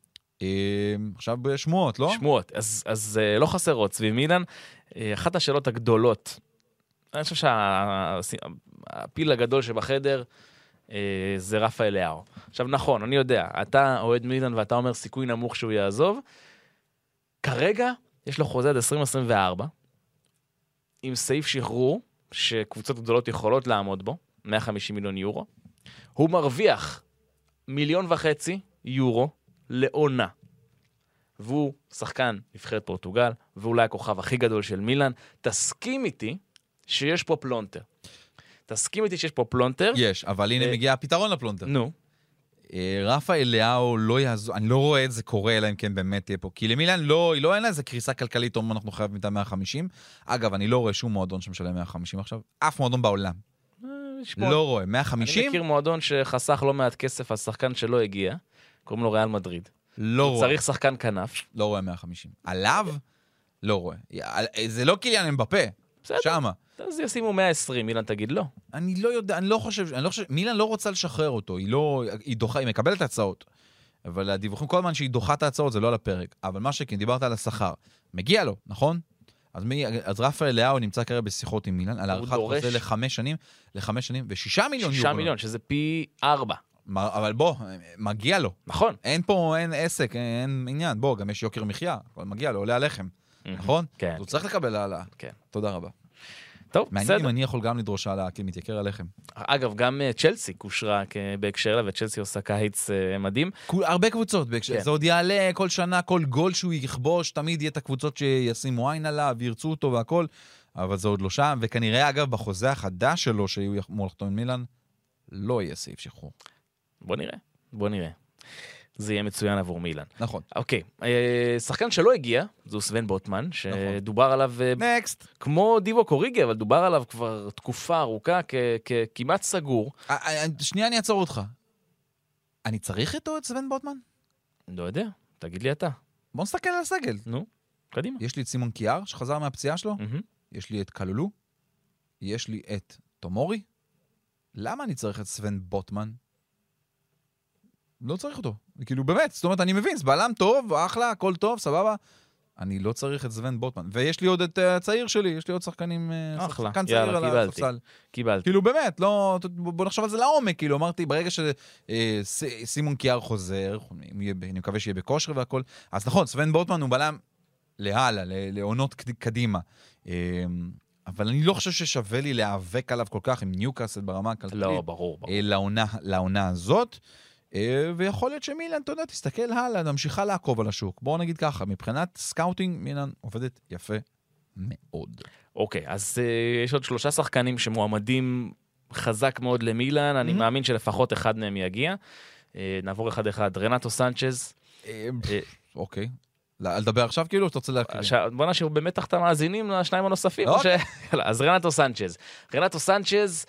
עכשיו שמועות, לא? שמועות, אז, אז לא חסר עוד סביב מילאן. אחת השאלות הגדולות, אני חושב שהפיל הגדול שבחדר זה רפאל לאו. עכשיו נכון, אני יודע, אתה אוהד מילאן ואתה אומר סיכוי נמוך שהוא יעזוב, כרגע יש לו חוזה עד עשרים עשרים וארבע, עם סעיף שחרור, שקבוצות גדולות יכולות לעמוד בו, מאה וחמישים מיליון יורו. הוא מרוויח מיליון וחצי יורו לעונה. והוא שחקן נבחרת פורטוגל, ואולי הכוכב הכי גדול של מילאן. תסכים איתי שיש פה פלונטר. תסכים איתי שיש פה פלונטר. יש, אבל הנה מגיע הפתרון לפלונטר. נו. רפאל לאו לא יעזור, אני לא רואה את זה קורה, אלא אם כן באמת תהיה פה. כי למילאן לא, לא אין לה איזה קריסה כלכלית, אומרים אנחנו חייבים איתה מאה וחמישים. אגב, אני לא רואה שום מועדון שמשלם מאה וחמישים עכשיו. אף מועדון בעולם. לא רואה, מאה וחמישים? אני מכיר מועדון שחסך לא מעט כסף על שחקן שלא הגיע, קוראים לו ריאל מדריד. לא רואה. צריך שחקן כנף. לא רואה מאה וחמישים. עליו? לא רואה. זה לא קיליאן אמבפה. שמה. אז ישימו מאה ועשרים, מילאן תגיד לא. אני לא יודע, אני לא חושב, אני לא חושב, מילאן לא רוצה לשחרר אותו, היא לא, היא דוחה, היא מקבלת הצעות. אבל הדיווחים כל הזמן שהיא דוחה את ההצעות, זה לא על הפרק. אבל מה שכן, דיברת על השכר. מגיע לו, נכון? אז, מי, אז רפאל לאו נמצא כרגע בשיחות עם מילאן, על הערכת חוזה לחמש שנים, לחמש שנים, ושישה מיליון יורו. שישה מיליון, שזה פי ארבע. אבל בוא, מגיע לו. נכון. אין פה, אין עסק, אין עניין. בוא, גם יש יוקר מחיה, אבל מגיע לו, עולה הלחם. נכון? כן. אז הוא צריך לקבל העלאה. כן. תודה רבה. טוב, מעניין אם אני יכול גם לדרוש העלאה, כי מתייקר הלחם. אגב, גם צ'לסי קושרה בהקשר לה, וצ'לסי עושה קיץ מדהים. הרבה קבוצות בהקשר, זה עוד יעלה כל שנה, כל גול שהוא יכבוש, תמיד יהיה את הקבוצות שישימו עין עליו, וירצו אותו והכל, אבל זה עוד לא שם, וכנראה, אגב, בחוזה החדש שלו, שהוא יחמור לחתום עם מילאן, לא יהיה סעיף שחרור. בוא נראה, בוא נראה. זה יהיה מצוין עבור מילאן. נכון. אוקיי, שחקן שלא הגיע, זו סוון בוטמן, שדובר עליו... נקסט. כמו דיבו קוריגה, אבל דובר עליו כבר תקופה ארוכה, ככמעט סגור. שנייה אני אעצור אותך. אני צריך איתו את סוון בוטמן? לא יודע, תגיד לי אתה. בוא נסתכל על הסגל. נו, קדימה. יש לי את סימון קיאר, שחזר מהפציעה שלו. יש לי את קלולו. יש לי את תומורי. למה אני צריך את סוון בוטמן? לא צריך אותו. כאילו באמת, זאת אומרת, אני מבין, זה בעלם טוב, אחלה, הכל טוב, סבבה. אני לא צריך את סוון בוטמן. ויש לי עוד את הצעיר שלי, יש לי עוד שחקנים, אחלה, שחקן צעיר על הספסל. קיבלתי. כאילו באמת, לא, בוא נחשוב על זה לעומק, כאילו, אמרתי, ברגע שסימון קיאר חוזר, אני מקווה שיהיה בכושר והכל, אז נכון, סוון בוטמן הוא בעלם להלאה, לעונות קדימה. אבל אני לא חושב ששווה לי להיאבק עליו כל כך עם ניוקאסל ברמה הכלכלית. לא, ברור, ברור. לעונה הזאת. ויכול להיות שמילאן, אתה יודע, תסתכל הלאה, נמשיכה לעקוב על השוק. בואו נגיד ככה, מבחינת סקאוטינג, מילאן עובדת יפה מאוד. אוקיי, אז uh, יש עוד שלושה שחקנים שמועמדים חזק מאוד למילאן, אני מאמין שלפחות אחד מהם יגיע. Uh, נעבור אחד אחד, רנטו סנצ'ז. אוקיי. לדבר עכשיו כאילו, אתה רוצה להקריא? בוא נשאיר באמת תחת המאזינים לשניים הנוספים. אז רנטו סנצ'ז. רנטו סנצ'ז...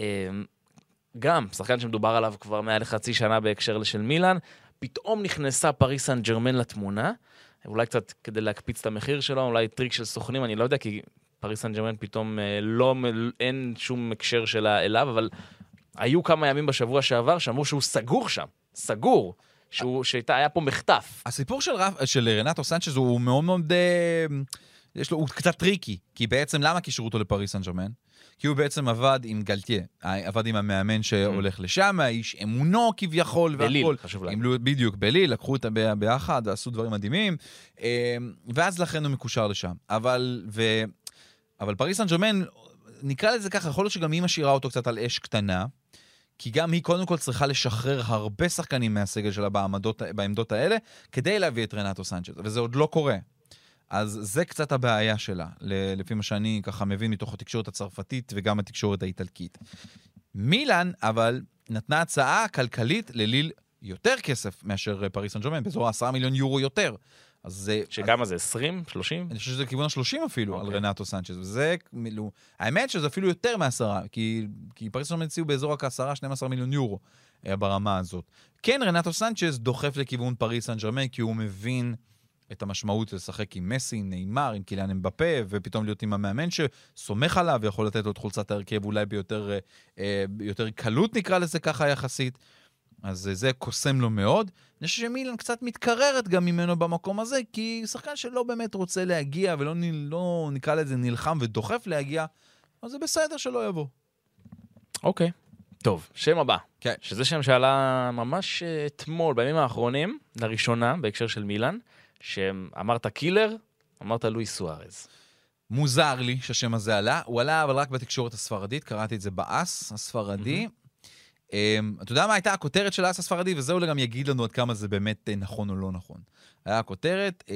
גם, שחקן שמדובר עליו כבר מעל לחצי שנה בהקשר של מילאן, פתאום נכנסה פריס סן ג'רמן לתמונה, אולי קצת כדי להקפיץ את המחיר שלו, אולי טריק של סוכנים, אני לא יודע, כי פריס סן ג'רמן פתאום לא, אין שום הקשר שלה אליו, אבל היו כמה ימים בשבוע שעבר שאמרו שהוא סגור שם, סגור, שהוא, שהיה פה מחטף. הסיפור של, של רנטו סנצ'ז הוא מאוד מאוד, יש לו, הוא קצת טריקי, כי בעצם למה קישרו אותו לפריס סן ג'רמן? כי הוא בעצם עבד עם גלטיה, עבד עם המאמן שהולך לשם, האיש אמונו כביכול, בליל, חשוב להם. בדיוק, בליל, לקחו אותה ביחד, ועשו דברים מדהימים, ואז לכן הוא מקושר לשם. אבל, ו... אבל פריס סן ג'רמן, נקרא לזה ככה, יכול להיות שגם היא משאירה אותו קצת על אש קטנה, כי גם היא קודם כל צריכה לשחרר הרבה שחקנים מהסגל שלה בעמדות, בעמדות האלה, כדי להביא את רנטו סנצ'ז, וזה עוד לא קורה. אז זה קצת הבעיה שלה, לפי מה שאני ככה מבין מתוך התקשורת הצרפתית וגם התקשורת האיטלקית. מילאן, אבל נתנה הצעה כלכלית לליל יותר כסף מאשר פריס סן ג'רמן, באזור עשרה מיליון יורו יותר. אז זה... שכמה זה? עשרים? שלושים? אני חושב שזה כיוון ה-שלושים אפילו, על רנטו סנצ'ז. וזה, האמת שזה אפילו יותר מעשרה, כי פריס סן ג'רמן הציעו באזור כ-עשרה, שנים עשר מיליון יורו. ברמה הזאת. כן, רנטו סנצ'ז דוחף לכיוון פריס סן ז'רמן, כי הוא מבין את המשמעות לשחק עם מסי, ניימר, עם קיליאן אמבפה, ופתאום להיות עם המאמן שסומך עליו, ויכול לתת לו את חולצת ההרכב אולי ביותר אה, יותר קלות, נקרא לזה ככה יחסית. אז זה קוסם לו מאוד. אני חושב שמילאן קצת מתקררת גם ממנו במקום הזה, כי שחקן שלא באמת רוצה להגיע, ולא לא, נקרא לזה נלחם ודוחף להגיע, אז זה בסדר שלא יבוא. אוקיי. טוב, שם הבא. כן. שזה שם שעלה ממש אתמול, בימים האחרונים, לראשונה, בהקשר של מילאן, שאמרת קילר, אמרת לואי סוארז. מוזר לי שהשם הזה עלה. הוא עלה אבל רק בתקשורת הספרדית, קראתי את זה באס הספרדי. אתה יודע מה הייתה הכותרת של האס הספרדי, וזה אולי גם יגיד לנו עד כמה זה באמת נכון או לא נכון. היה הכותרת,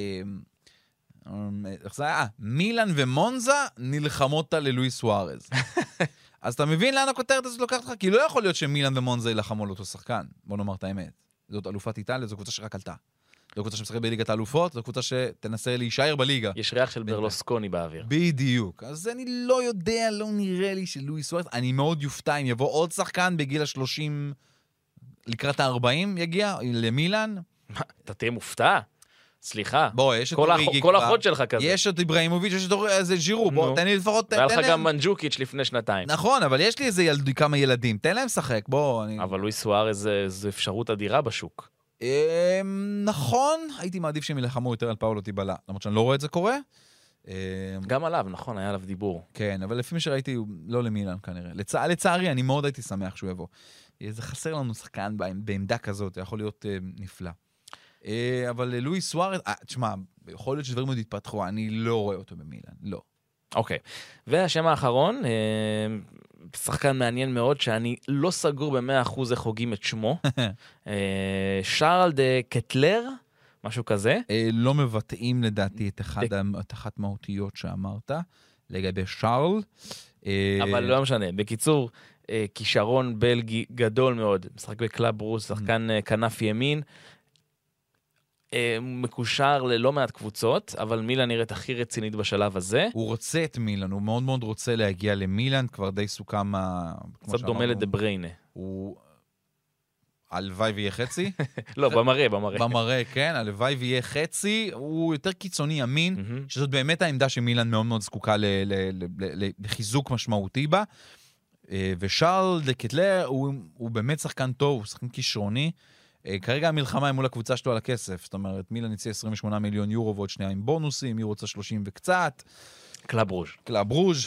איך זה היה? מילאן ומונזה נלחמות ללואי סוארז. אז אתה מבין לאן הכותרת הזאת לוקחת לך? כי לא יכול להיות שמילאן ומונזה ילחמו על אותו שחקן. בוא נאמר את האמת. זאת אלופת איטליה, זו קבוצה שרק עלתה. זו קבוצה שמשחקת בליגת האלופות, זו קבוצה שתנסה להישאר בליגה. יש ריח של ברלוסקוני באוויר. בדיוק. אז אני לא יודע, לא נראה לי שלואי סוארז, אני מאוד יופתע אם יבוא עוד שחקן בגיל ה-שלושים, לקראת ה-ארבעים יגיע, למילאן. אתה תהיה מופתע? סליחה. בוא, יש את אוריגי. כל החוד שלך כזה. יש את איברהימוביץ', יש את איזה ג'ירו. בוא, תן לי לפחות... והיה לך גם מנג'וקיץ' לפני שנתיים. נכון, אבל יש לי איזה כמה ילדים. תן להם שחק, בוא. אבל לואי סוארז זה אפשרות אדירה בשוק. נכון, הייתי מעדיף שהם ילחמו יותר על פאולו דיבאלה, למרות שאני לא רואה את זה קורה. גם עליו, נכון, היה עליו דיבור. כן, אבל לפי מה שראיתי, לא למילאן כנראה. לצערי, אני מאוד הייתי שמח שהוא יבוא. זה חסר לנו שחקן בעמדה כזאת, זה יכול להיות נפלא. אבל לואי סוארז, תשמע, יכול להיות שדברים עוד יתפתחו, אני לא רואה אותו במילאן, לא. אוקיי, והשם האחרון, שחקן מעניין מאוד, שאני לא סגור במאה אחוז איך הוגים את שמו, שרל דה קטלר, משהו כזה. לא מבטאים לדעתי את אחת מהאותיות שאמרת, לגבי שרל. אבל לא משנה, בקיצור, כישרון בלגי גדול מאוד, משחק בקלאב ברוס, שחקן כנף ימין, מקושר ללא מעט קבוצות, אבל מילאן נראית הכי רצינית בשלב הזה. הוא רוצה את מילאן, הוא מאוד מאוד רוצה להגיע למילאן, כבר די סוכם... קצת דומה לדבריינה. הוא... הלוואי ויהיה חצי? לא, במראה, במראה. במראה, כן, הלוואי ויהיה חצי, הוא יותר קיצוני ימין, שזאת באמת העמדה שמילאן מאוד מאוד זקוקה לחיזוק משמעותי בה, ושרל דה קטלר הוא באמת שחקן טוב, הוא שחקן כישרוני, כרגע המלחמה היא מול הקבוצה שלו על הכסף, זאת אומרת, מילאן הציע עשרים ושמונה מיליון יורו ועוד שנייה עם בונוסים, היא רוצה שלושים וקצת. קלאב רוז'. קלאב רוז'.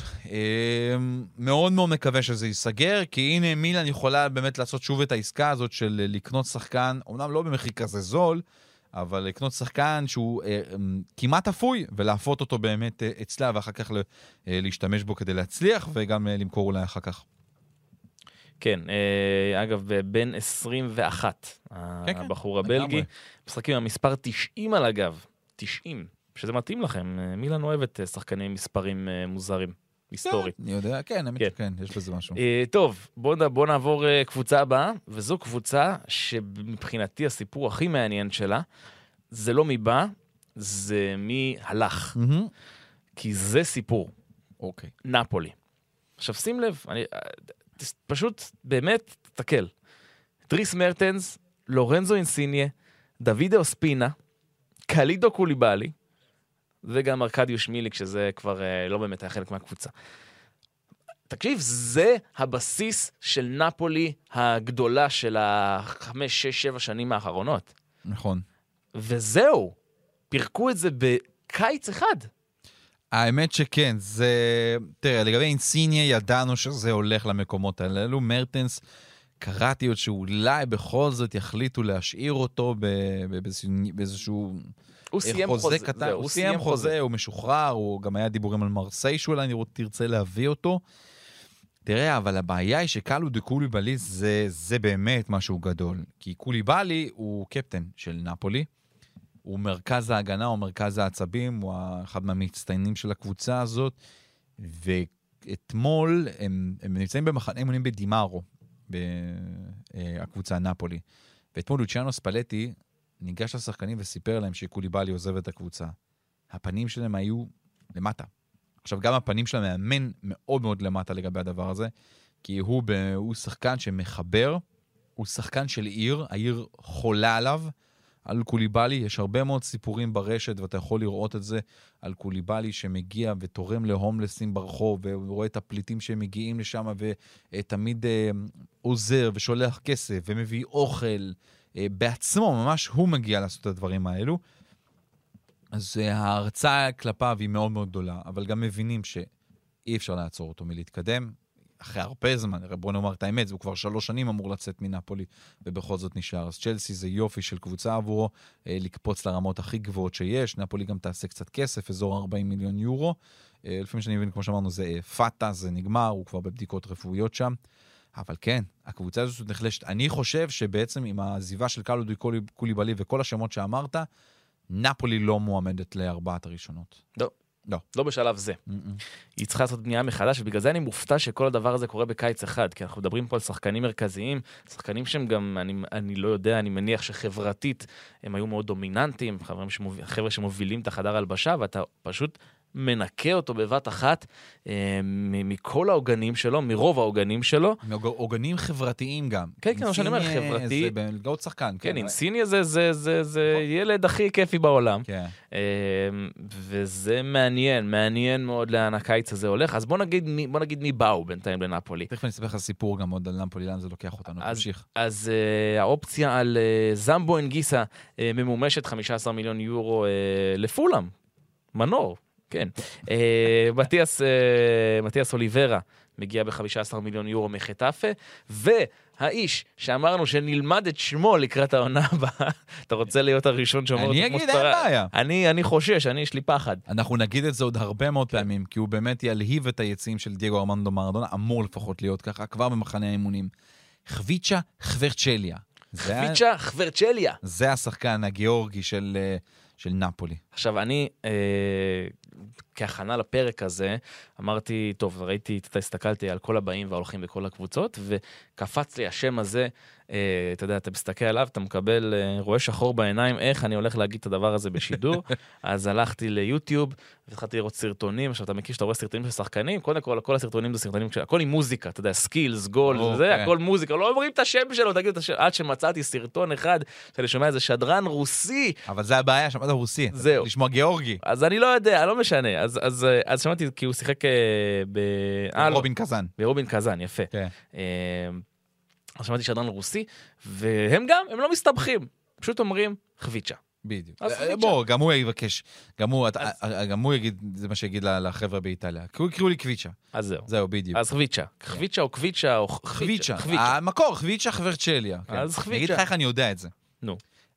מאוד מאוד מקווה שזה ייסגר, כי הנה מילאן יכולה באמת לעשות שוב את העסקה הזאת של לקנות שחקן, אומנם לא במחיר כזה זול, אבל לקנות שחקן שהוא כמעט אפוי, ולהפות אותו באמת אצלה, ואחר כך להשתמש בו כדי להצליח, וגם למכור אולי אחר כך. כן, אגב, בין עשרים ואחת, הבחור הבלגי, משחקים המספר תשעים על הגב, תשעים, שזה מתאים לכם, מילאן אוהבת שחקני מספרים מוזרים, היסטורית. אני יודע, כן, כן, יש בזה משהו. טוב, בואו נעבור קבוצה הבאה, וזו קבוצה שמבחינתי הסיפור הכי מעניין שלה, זה לא מי בא, זה מי הלך. כי זה סיפור. אוקיי. נפולי. עכשיו שים לב, אני... פשוט באמת תתקל. דריס מרטנס, לורנזו אינסיניה, דוד אוספינה, קלידו קוליבאלי, וגם ארקדיוש מיליק, שזה כבר אה, לא באמת היה חלק מהקבוצה. תקשיב, זה הבסיס של נפולי הגדולה של החמש, שש, שבע שנים האחרונות. נכון. וזהו, פירקו את זה בקיץ אחד. האמת שכן, זה... תראה, לגבי אינסיניה ידענו שזה הולך למקומות האלו, מרטנס, קראתי עוד שאולי בכל זאת יחליטו להשאיר אותו באיזשהו... הוא סיים חוזה. קטן. הוא סיים חוזה, הוא משוחרר, הוא גם היה דיבורים על מרסיי שאולי אני תרצה להביא אותו. תראה, אבל הבעיה היא שקלו דה קוליבאלי זה, זה באמת משהו גדול, כי קוליבאלי הוא קפטן של נפולי, הוא מרכז ההגנה, הוא מרכז העצבים, הוא אחד מהמצטיינים של הקבוצה הזאת, ואתמול הם, הם נמצאים במחנה אימונים בדימארו, בקבוצה נפולי, ואתמול לוציאנו ספלטי ניגש לשחקנים וסיפר להם שקוליבאלי עוזב את הקבוצה. הפנים שלהם היו למטה. עכשיו גם הפנים של המאמן מאוד מאוד למטה לגבי הדבר הזה, כי הוא, הוא שחקן שמחבר, הוא הוא שחקן של עיר, העיר חולה עליו, על קוליבאלי, יש הרבה מאוד סיפורים ברשת, ואתה יכול לראות את זה על קוליבאלי שמגיע ותורם להומלסים ברחוב, ורואה את הפליטים שמגיעים לשם, ותמיד אה, עוזר ושולח כסף, ומביא אוכל אה, בעצמו, ממש הוא מגיע לעשות את הדברים האלו. אז אה, ההרצאה כלפיו היא מאוד מאוד גדולה, אבל גם מבינים שאי אפשר לעצור אותו מלהתקדם, אחרי הרבה זמן, בוא נאמר את האמת, הוא כבר שלוש שנים אמור לצאת מנפולי, ובכל זאת נשאר. אז צ'לסי זה יופי של קבוצה עבורו, אה, לקפוץ לרמות הכי גבוהות שיש, נפולי גם תעשה קצת כסף, אזור ארבעים מיליון יורו, אה, לפעמים שאני מבין, כמו שאמרנו, זה אה, פאטה, זה נגמר, הוא כבר בבדיקות רפואיות שם, אבל כן, הקבוצה הזאת נחלשת. אני חושב שבעצם עם העזיבה של קלודו קוליבאלי וכל השמות שאמרת, נפולי לא מועמדת לארבעת הראשונות. לא. לא. לא בשלב זה. היא צריכה לעשות בנייה מחדש, ובגלל זה אני מופתע שכל הדבר הזה קורה בקיץ אחד, כי אנחנו מדברים פה על שחקנים מרכזיים, שחקנים שהם גם, אני, אני לא יודע, אני מניח שחברתית הם היו מאוד דומיננטיים, חבר'ה שמוביל, חבר'ה שמובילים את החדר הלבשה, ואתה פשוט מנקה אותו בבת אחת אה, מכל העוגנים שלו, מרוב העוגנים שלו. עוגנים חברתיים גם. כן, כן, מה שאני אומר, חברתי. זה בלגאות שחקן. כן, אינסיניה זה, זה, זה, זה ילד הכי כיפי בעולם. כן. אה, וזה מעניין, מעניין מאוד לאן הקיץ הזה הולך. אז בוא נגיד, בוא נגיד מי באו בינתיים לנפולי. תכף אני אספר לך סיפור גם עוד על נפולי, לאן זה לוקח אותנו. אז, תמשיך. אז אה, האופציה על אה, זמבו אנגיסה אה, ממומשת חמישה עשר מיליון יורו אה, לפולאם. מנור. כן. מתיאס, מתיאס אוליברה מגיע ב-חמישה עשר מיליון יורו מחטאפה, והאיש שאמרנו שנלמד את שמו לקראת העונה הבאה, אתה רוצה להיות הראשון שאומר אני אגיד, אין בעיה. אני, אני חושש, אני יש לי פחד. אנחנו נגיד את זה עוד הרבה מאוד פעמים, כי הוא באמת ילהיב את היציאים של דייגו ארמנדו מרדונה, אמור לפחות להיות ככה, כבר במחנה האימונים. חוויצ'ה חוורצ'ליה. חוויצ'ה חוורצ'ליה. זה השחקן הגיאורגי של... של נפולי. עכשיו, אני, אה, כהכנה לפרק הזה, אמרתי, טוב, ראיתי, אתה הסתכלתי על כל הבאים וההולכים בכל הקבוצות, וקפץ לי השם הזה, אה, אתה יודע, אתה מסתכל עליו, אתה מקבל, אה, רואה שחור בעיניים, איך אני הולך להגיד את הדבר הזה בשידור, אז הלכתי ליוטיוב, והתחלתי לראות סרטונים, עכשיו אתה מכיר שאתה רואה סרטונים של שחקנים, קודם כל, כל הסרטונים זה סרטונים, הכל עם מוזיקה, אתה יודע, סקילס, גול, okay. זה, הכל מוזיקה, לא אומרים את השם שלו, תגיד את השם, עד שמצאתי סרטון אחד, שאני שומע איזה שדרן רוסי. אבל זה הבעיה, שמעת רוסי. זהו. לשמוע גיאורגי. אז אני לא יודע, לא משנה. אז, אז, אז שמעתי, כי הוא שיחק ב... רובין קזן. ברובין קזן, יפה. כן. אז שמעתי שדרן רוסי, והם גם, הם לא מסתבכים. פשוט אומרים, חוויצ'ה. בדיוק. בוא, גם הוא יבקש, גם הוא, גם הוא יגיד, זה מה שיגיד לחבר'ה באיטליה. יקראו לי קוויצ'ה. אז זהו. זהו, בדיוק. אז חוויצ'ה. חוויצ'ה או קוויצ'ה או חוויצ'ה. המקור, חוויצ'ה חוורצ'ליה. אז חוויצ'ה. אני אגיד לך איך אני יודע את זה. נו.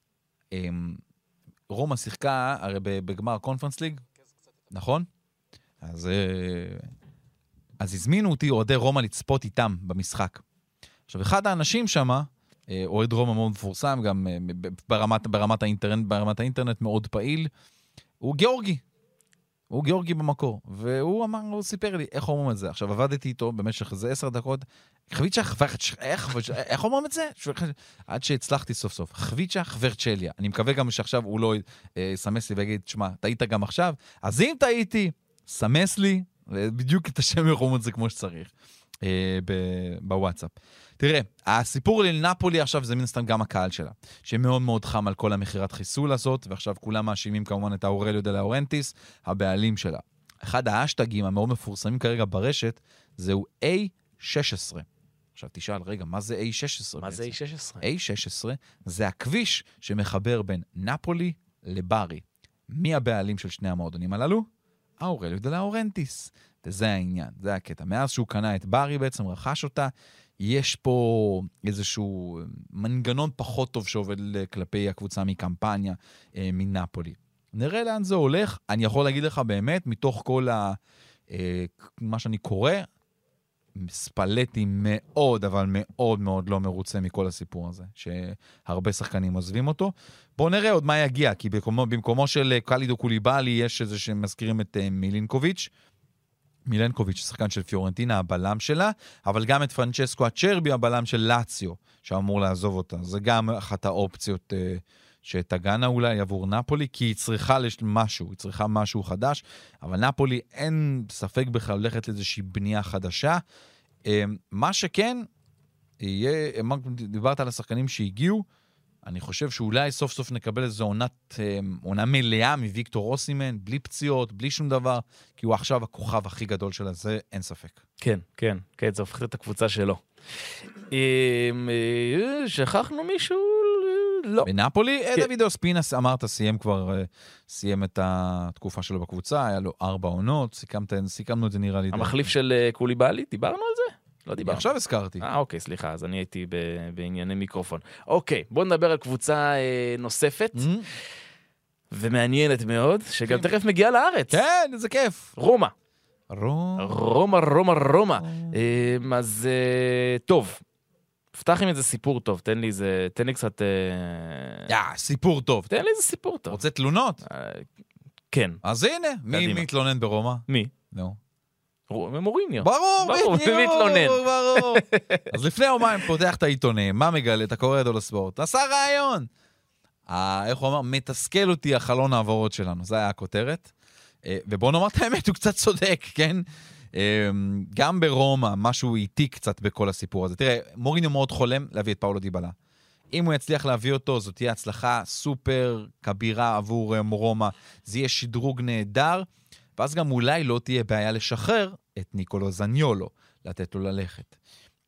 רומא שיחקה, הרי בגמר קונפרנס ליג, נכון? אז אז הזמינו אותי אוהדי רומא לצפות איתם במשחק. עכשיו, אחד האנשים שם, אוהד רומא מאוד מפורסם, גם ברמת, ברמת האינטרנט, ברמת האינטרנט מאוד פעיל, הוא גיאורגי. הוא גיאורגי במקור. והוא אמר, הוא סיפר לי, איך אומרים את זה? עכשיו, עבדתי איתו במשך איזה עשר דקות, חוויצ'ה חוורצ'ליה, איך, איך אומרים את זה? עד שהצלחתי סוף סוף. חוויצ'ה חוורצ'ליה. אני מקווה גם שעכשיו הוא לא יסמס לי ויגיד, שמה, טעית גם עכשיו? אז אם טעיתי, סמס לי, בדיוק את השם יחום את זה כמו שצריך, בוואטסאפ. תראה, הסיפור לנפולי עכשיו זה מן סתם גם הקהל שלה, שמאוד מאוד חם על כל המחירת חיסול הזאת, ועכשיו כולם מאשימים כמובן את האורליו דה לאורנטיס, הבעלים שלה. אחד האשטגים המאוד מפורסמים כרגע ברשת, זהו איי שש עשרה. עכשיו תשאל, רגע, מה זה איי שש עשרה? מה זה איי שש עשרה? איי שש עשרה זה הכביש שמחבר בין נפולי לברי. מי הבעלים של שני המועדונים הללו? האורליו דה לאורנטיס. וזה העניין, זה הקטע. מאז שהוא קנה את ברי בעצם, רכש אותה, יש פה איזשהו מנגנון פחות טוב שעובד כלפי הקבוצה מקמפניה, אה, מנפולי. נראה לאן זה הולך. אני יכול להגיד לך באמת, מתוך כל ה, אה, מה שאני קורא, ספלטי מאוד, אבל מאוד מאוד לא מרוצה מכל הסיפור הזה, שהרבה שחקנים עוזבים אותו. בואו נראה עוד מה יגיע, כי במקומו, במקומו של קלידו קוליבאלי, יש איזה שמזכירים את אה, מילינקוביץ', מילנקוביץ', שחקן של פיורנטינה, הבלם שלה, אבל גם את פרנצ'סקו הצ'רבי, הבלם של לאציו, שאמור לעזוב אותה. זה גם אחת האופציות uh, שתגנה אולי עבור נפולי, כי היא צריכה משהו, היא צריכה משהו חדש, אבל נפולי אין ספק בכלל הולכת לאיזושהי בנייה חדשה. Uh, מה שכן, יהיה, דיברת על השחקנים שהגיעו, אני חושב שאולי סוף סוף נקבל איזו עונת, עונה מלאה מוויקטור אוסימן, בלי פציעות, בלי שום דבר, כי הוא עכשיו הכוכב הכי גדול שלה, זה אין ספק. כן, כן, כן, זה הופך את הקבוצה שלו. שכחנו מישהו? לא. בנאפולי, דוד אוספינס, אמרת, סיים כבר, סיים את התקופה שלו בקבוצה, היה לו ארבע עונות, סיכמנו את זה נראה לי. המחליף של קוליבאלי, דיברנו על זה? לא דיברנו. עכשיו הזכרתי. אה, אוקיי, סליחה, אז אני הייתי בענייני מיקרופון. אוקיי, בואו נדבר על קבוצה נוספת, ומעניינת מאוד, שגם תכף מגיעה לארץ. כן, זה כיף. רומא. רומא. רומא, רומא, רומא. אז טוב. פתח עם איזה סיפור טוב, תן לי איזה, תן לי קצת... יא, סיפור טוב. תן לי איזה סיפור טוב. רוצה תלונות? כן. אז הנה, מי מתלונן ברומא? מי? נו. מוריניו. ברור, ברור, מי מתלונן? ברור. אז לפני יומיים פותח את העיתונים, מה מגלה? אתה קורא את לספורט. עשה רעיון. איך הוא אמר? מתסכל אותי החלון העברות שלנו. זה היה הכותרת. ובוא נאמר את האמת, הוא קצת צודק, כן? גם ברומא, משהו איטי קצת בכל הסיפור הזה. תראה, מוריניו מאוד חולם להביא את פאולו דיבלה. אם הוא יצליח להביא אותו, זאת תהיה הצלחה סופר כבירה עבור רומא. זה יהיה שדרוג נהדר, ואז גם אולי לא תהיה בעיה לשחרר את ניקולו זניולו, לתת לו ללכת.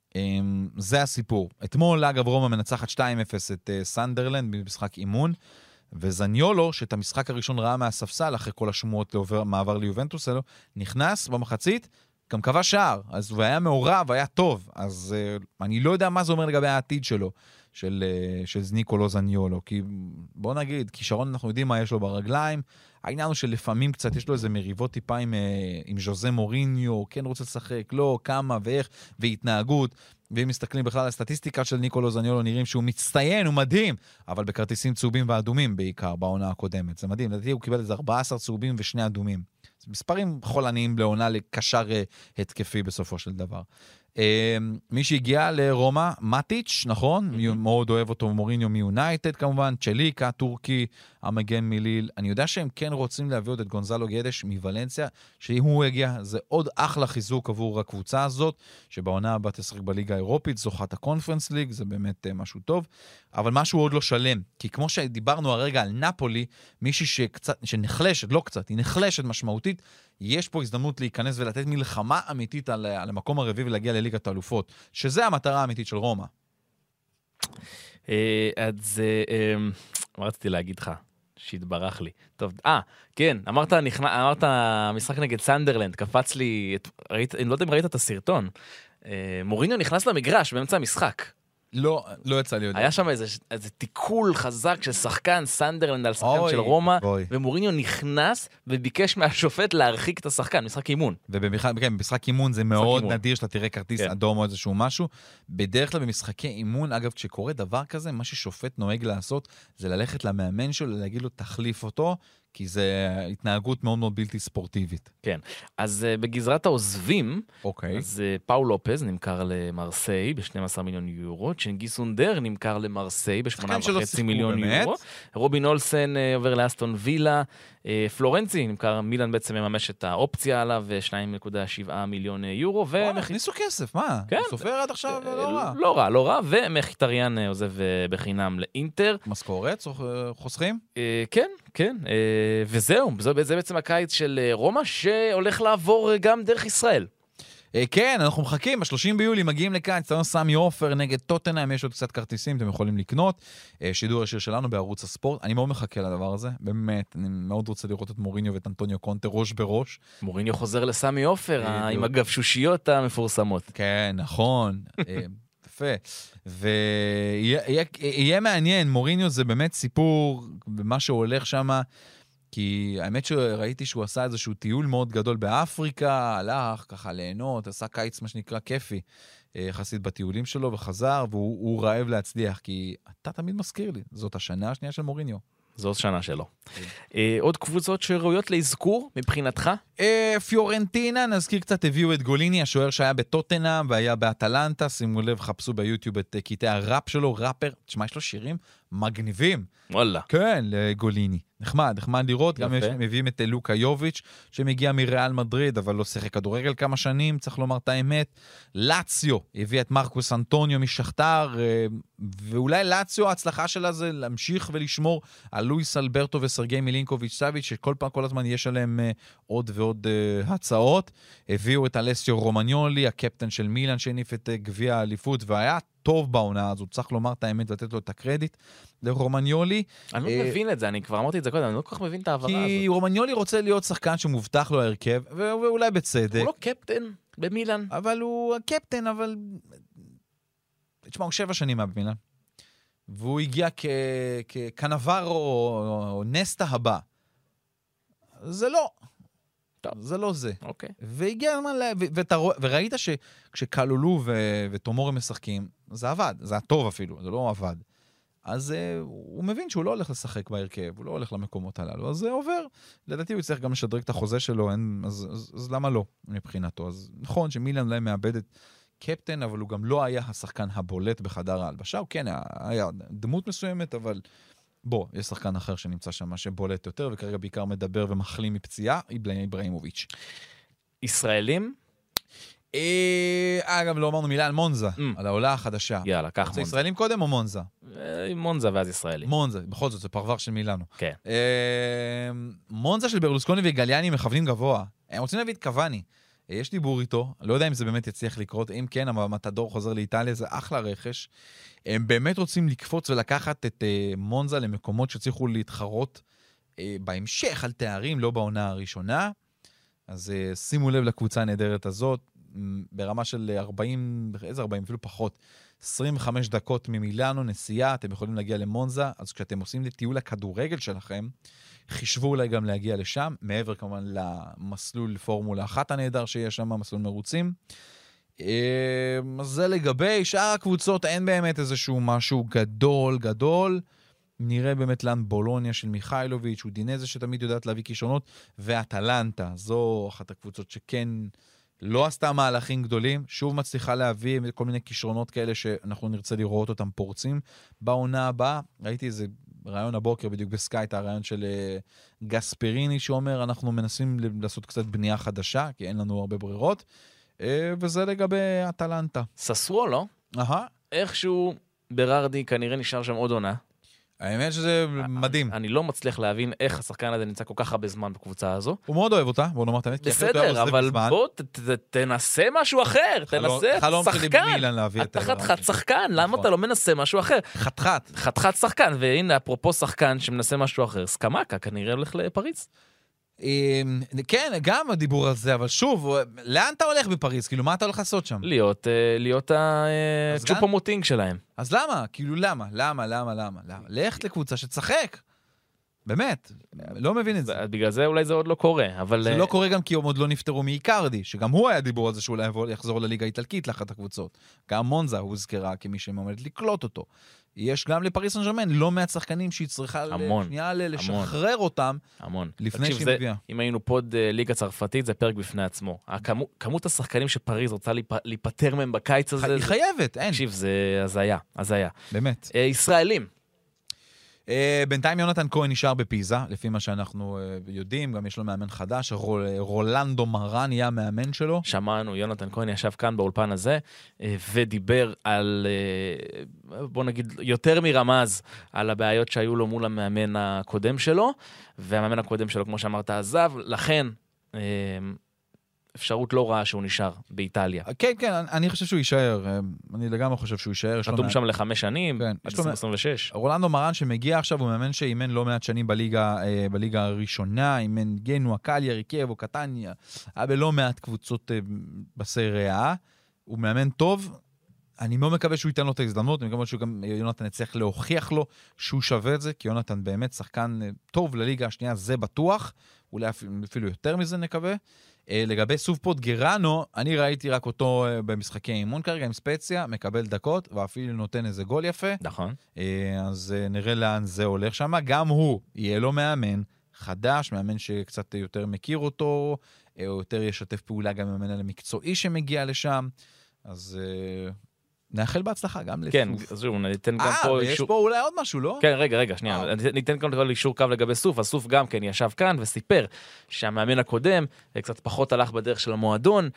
זה הסיפור. אתמול, אגב, רומא מנצחת שתיים אפס את סנדרלנד במשחק אימון, וזניולו, שאת המשחק הראשון ראה מהספסל, אחרי כל השמועות לעובר, מעבר ליובנטוס אלו, נכנס במחצית, גם קבע שער, אז הוא היה מעורב, היה טוב, אז uh, אני לא יודע מה זה אומר לגבי העתיד שלו, של, uh, של ניקולו זניולו, כי בוא נגיד, כישרון אנחנו יודעים מה יש לו ברגליים, העניין הוא שלפעמים קצת יש לו איזה מריבות טיפה עם, uh, עם ז'וזה מוריניו, כן רוצה לשחק, לא, כמה ואיך, והתנהגות, ואם מסתכלים בכלל על הסטטיסטיקה של ניקולו זניולו, נראים שהוא מצטיין, הוא מדהים, אבל בכרטיסים צהובים ואדומים בעיקר, בעונה הקודמת. זה מדהים, לדעתי הוא קיבל איזה ארבעה עשר צהובים ושני אדומים. זה מספרים חולניים לעונה לקשר התקפי בסופו של דבר. מי שהגיע לרומא, מטיץ', נכון? Mm-hmm. מאוד אוהב אותו מוריניו מיונייטד כמובן, צ'ליקה, טורקי, המגן מליל. אני יודע שהם כן רוצים להביא עוד את גונזלו גדש מוולנסיה, שאם הוא הגיע, זה עוד אחלה חיזוק עבור הקבוצה הזאת, שבעונה הבאה תשחק בליגה האירופית, זוכת הקונפרנס ליג, זה באמת משהו טוב, אבל משהו עוד לא שלם, כי כמו שדיברנו הרגע על נפולי, מישהי שקצת, שנחלשת, לא קצת, היא נחלשת משמעותית, יש פה הזדמנות להיכנס ולתת מלחמה אמיתית על, על המקום הרביעי ולהגיע לליגת האלופות, שזה המטרה האמיתית של רומא. אז אמרתי להגיד לך, שהתברח לי. טוב, אה, כן, אמרת, אמרת משחק נגד סנדרלנד, קפץ לי, ראית, אני לא יודע אם ראית את הסרטון, מוריניו נכנס למגרש באמצע המשחק. לא, לא יצא לי יודע. היה שם איזה, איזה תיקול חזק של שחקן סנדרלנד על שחקן אוי, של רומא, אוי. ומוריניו נכנס וביקש מהשופט להרחיק את השחקן, משחק אימון. ובמשחק אימון זה מאוד אימון. נדיר שאתה תראה כרטיס כן. אדום או איזשהו משהו. בדרך כלל במשחקי אימון, אגב, כשקורה דבר כזה, מה ששופט נוהג לעשות, זה ללכת למאמן שלו, להגיד לו, תחליף אותו, כי זה התנהגות מאוד מאוד בלתי ספורטיבית. כן, אז uh, בגזרת העוזבים, אוקיי. אז uh, פאול לופז נמכר למרסיי ב-שנים עשר מיליון יורו, צ'נגיס סונדר נמכר למרסיי ב-שמונה וחצי מיליון יורו, רובין אולסן uh, עובר לאסטון וילה, uh, פלורנצי נמכר, מילאן בעצם מממש את האופציה עליו, ו-שתיים נקודה שבע מיליון יורו, וואו, הכניסו כסף, מה? כן. סופר עד עכשיו לא רע. לא רע, לא רע, ומחיטריאן עוזב בחינם לאינטר. משכורת, חוסכים? כן, כן, וזהו, זה בעצם הקיץ של רומא, שהולך לעבור גם דרך ישראל. כן, אנחנו מחכים, ב-שלושים ביולי מגיעים לכאן, אצלנו סמי עופר נגד טוטנהאם, יש עוד קצת כרטיסים, אתם יכולים לקנות, שידור השיר שלנו בערוץ הספורט, אני מאוד מחכה לדבר הזה, באמת, אני מאוד רוצה לראות את מוריניו ואת אנטוניו קונטה ראש בראש. מוריניו חוזר לסמי עופר, עם הגבשושיות המפורסמות. כן, נכון. יפה. ויהיה מעניין, מוריניו זה באמת סיפור במה שהולך שם, כי האמת שראיתי שהוא עשה איזשהו טיול מאוד גדול באפריקה, הלך ככה ליהנות, עשה קיץ מה שנקרא כיפי, יחסית בטיולים שלו וחזר, והוא רעב להצליח, כי אתה תמיד מזכיר לי, זאת השנה השנייה של מוריניו. זאת שנה שלו. עוד קבוצות שראויות להזכור מבחינתך? פיורנטינה, נזכיר קצת, הביאו את גוליני, השוער שהיה בטוטנהאם והיה באטלנטה, שימו לב, חפשו ביוטיוב את קטעי הראפ שלו, ראפר, תשמע, יש לו שירים מגניבים. וואלה. כן, לגוליני. נחמד, נחמד לראות, גם יפה. מביאים את לוקה יוביץ' שמגיע מריאל מדריד, אבל לא שיחק כדורגל כמה שנים, צריך לומר את האמת. לאציו, הביא את מרקוס אנטוניו משכתר, ואולי לאציו, ההצלחה שלה זה להמשיך ולשמור על לואיס אלברטו וסרגי מילינקוביץ' סאביץ', שכל פעם, כל הזמן יש עליהם עוד ועוד הצעות. הביאו את אלסיו רומניולי, הקפטן של מילאן, שהניף את גביע האליפות, והיה טוב בעונה הזו, צריך לומר את האמת ולתת לו את הקרדיט לרומניולי. אני לא מבין את זה, אני כבר אמרתי את זה קודם, אני לא כל כך מבין את העברה הזאת. כי רומניולי רוצה להיות שחקן שמובטח לו ההרכב, ואולי בצדק. הוא לא קפטן במילאן. אבל הוא הקפטן, אבל... תשמע, הוא שבע שנים מהבמילאן. והוא הגיע כקנבר או נסטה הבא. זה לא. זה לא זה. אוקיי. והגיע הזמן, וראית שכשקלולו ותומורי משחקים, זה עבד, זה היה טוב אפילו, זה לא עבד. אז הוא מבין שהוא לא הולך לשחק בהרכב, הוא לא הולך למקומות הללו, אז זה עובר. לדעתי הוא צריך גם לשדרג את החוזה שלו, אז, אז, אז למה לא מבחינתו? אז נכון שמילאן אולי מאבדת קפטן, אבל הוא גם לא היה השחקן הבולט בחדר ההלבשה, הוא כן היה דמות מסוימת, אבל בוא, יש שחקן אחר שנמצא שם שבולט יותר, וכרגע בעיקר מדבר ומחלים מפציעה, איברהימוביץ'. ישראלים? אגב, לא אמרנו מילה על מונזה, על העולה החדשה. יאללה, קח מונזה. ישראלים קודם או מונזה? מונזה ואז ישראלים. מונזה, בכל זאת, זה פרבר של מילאנו. כן. מונזה של ברלוסקוני וגליאני מכוונים גבוה. הם רוצים להביא את קוואני. יש דיבור איתו, לא יודע אם זה באמת יצליח לקרות, אם כן, המטדור חוזר לאיטליה, זה אחלה רכש. הם באמת רוצים לקפוץ ולקחת את מונזה למקומות שצריכו להתחרות בהמשך על תארים, לא בעונה הראשונה. אז שימו לב לקבוצה הנהדרת הזאת, ברמה של ארבעים, איזה ארבעים, אפילו פחות, עשרים וחמש דקות ממילאנו, נסיעה, אתם יכולים להגיע למונזה, אז כשאתם עושים לטיול הכדורגל שלכם, חישבו אולי גם להגיע לשם, מעבר כמובן למסלול פורמולה אחת הנהדר שיש שם, מסלול מרוצים. אז זה לגבי שאר הקבוצות, אין באמת איזשהו משהו גדול, גדול. נראה באמת לאן בולוניה של מיכאילוביץ', אודינזה שתמיד יודעת להביא כישרונות, ואטלנטה, זו אחת הקבוצות שכן לא עשתה מהלכים גדולים, שוב מצליחה להביא כל מיני כישרונות כאלה שאנחנו נרצה לראות אותם פורצים. בעונה הבאה, ראיתי איזה רעיון הבוקר בדיוק בסקאי, את הרעיון של גספריני שאומר, אנחנו מנסים לעשות קצת בנייה חדשה, כי אין לנו הרבה ברירות, וזה לגבי אטלנטה. ססוולו, לא? אהה. איכשהו בררדי כנראה נשאר שם עוד עונה. האמת שזה מדהים. אני לא מצליח להבין איך השחקן הזה נמצא כל כך הרבה זמן בקבוצה הזו. הוא מאוד אוהב אותה, בוא נאמר את האמת. בסדר, אבל בוא תנסה משהו אחר, תנסה שחקן. אתה חתיכת שחקן, למה אתה לא מנסה משהו אחר? חתיכת. חתיכת שחקן, והנה אפרופו שחקן שמנסה משהו אחר, סקמקה כנראה הולך לפריז. כן, גם הדיבור הזה, אבל שוב, לאן אתה הולך בפריז? כאילו, מה אתה הולך לעשות שם? להיות הצ'ופומוטינג שלהם. אז למה? כאילו, למה? למה? למה? למה? לך לקבוצה שתשחק. באמת, לא מבין את זה. בגלל זה אולי זה עוד לא קורה, אבל... זה לא קורה גם כי הם עוד לא נפטרו מאיקרדי, שגם הוא היה דיבור על זה שאולי יחזור לליגה האיטלקית לאחת הקבוצות. גם מונזה הוא זכרה כמי שעומד לקלוט אותו. יש גם לפריס סן ז'רמן לא מעט שחקנים שהיא צריכה שנייה לשחרר אותם לפני שהיא מביאה. אם היינו פוד ליגה צרפתית, זה פרק בפני עצמו. כמות השחקנים שפריז רוצה להיפטר מהם בקיץ הזה... היא חייבת, אין. תקשיב, זה הזיה, הזיה. באמת. ישראלים. בינתיים יונתן כהן נשאר בפיזה, לפי מה שאנחנו יודעים, גם יש לו מאמן חדש, רולנדו מרן יהיה המאמן שלו. שמענו, יונתן כהן ישב כאן באולפן הזה, ודיבר על, בוא נגיד, יותר מרמז, על הבעיות שהיו לו מול המאמן הקודם שלו, והמאמן הקודם שלו, כמו שאמרת, עזב, לכן... אפשרות לא רעה שהוא נשאר באיטליה. כן, כן, אני חושב שהוא יישאר. אני לגמרי חושב שהוא יישאר. חתום שם לחמש שנים, עד עשרים עשרים ושש. רולנדו מרן שמגיע עכשיו, הוא מאמן שאימן לא מעט שנים בליגה הראשונה, אימן גנואה, קליירי, קייבו, קטניה, היה בלא מעט קבוצות בסריה. הוא מאמן טוב. אני מאוד מקווה שהוא ייתן לו את ההזדמנות, אני מקווה שגם יונתן יצליח להוכיח לו שהוא שווה את זה, כי יונתן באמת שחקן טוב לליגה השנייה, זה בטוח. אולי אפילו יותר מזה נקווה. לגבי סופפוט גרנו, אני ראיתי רק אותו במשחקי אימון כרגע עם ספציה, מקבל דקות, ואפילו נותן איזה גול יפה. נכון. אז נראה לאן זה הולך שם. גם הוא יהיה לו מאמן חדש, מאמן שקצת יותר מכיר אותו, או יותר ישתף פעולה גם עם המאמן המקצועי שמגיע לשם, אז uh, נאחל בהצלחה גם לסוף. כן, אז שוב, ניתן גם פה אישור... אה, ויש פה אולי עוד משהו, לא? כן, רגע, רגע, שנייה, ניתן כאן כל אישור קו לגבי סוף, אז סוף גם כן ישב כאן וסיפר שהמאמן הקודם קצת פחות הלך בדרך של המועדון,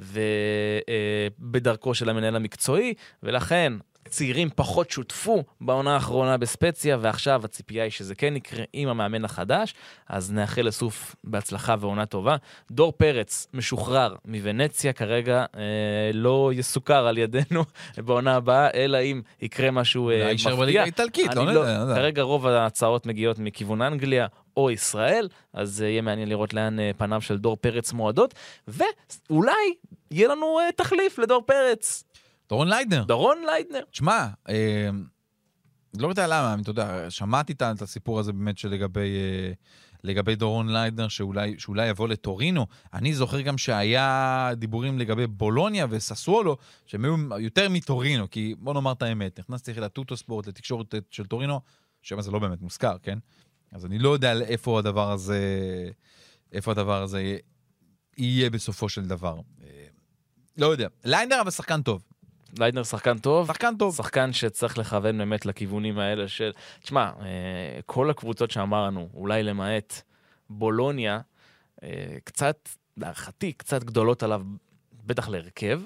ובדרכו של המנהל המקצועי, ולכן צעירים פחות שותפו בעונה האחרונה בספציה, ועכשיו הציפייה היא שזה כן יקרה עם המאמן החדש, אז נאחל לסוף בהצלחה ועונה טובה. דור פרץ משוחרר מוונציה, כרגע אה, לא יסוכר על ידינו בעונה הבאה, אלא אם יקרה משהו אה, מפתיע. יישאר בליגה האיטלקית, לא יודע. כרגע רוב ההצעות מגיעות מכיוון אנגליה או ישראל, אז יהיה מעניין לראות לאן פניו של דור פרץ מועדות, ואולי יהיה לנו אה, תחליף לדור פרץ. דורון ליידנר. דורון ליידנר. תשמע, אה, לא יודע למה, אתה יודע, שמעתי את הסיפור הזה באמת שלגבי אה, לגבי דורון ליידנר, שאולי, שאולי יבוא לטורינו. אני זוכר גם שהיה דיבורים לגבי בולוניה וססוולו, שהם היו יותר מטורינו, כי בוא נאמר את האמת, נכנסתי לטוטו ספורט, לתקשורת של טורינו, שם זה לא באמת מוזכר, כן? אז אני לא יודע איפה הדבר הזה, איפה הדבר הזה יהיה בסופו של דבר. אה, לא יודע. ליידנר אבל שחקן טוב. ליידנר שחקן טוב, שחקן טוב. שחקן שצריך לכוון באמת לכיוונים האלה של, תשמע, כל הקבוצות שאמרנו, אולי למעט בולוניה, קצת, להערכתי, קצת גדולות עליו, בטח להרכב,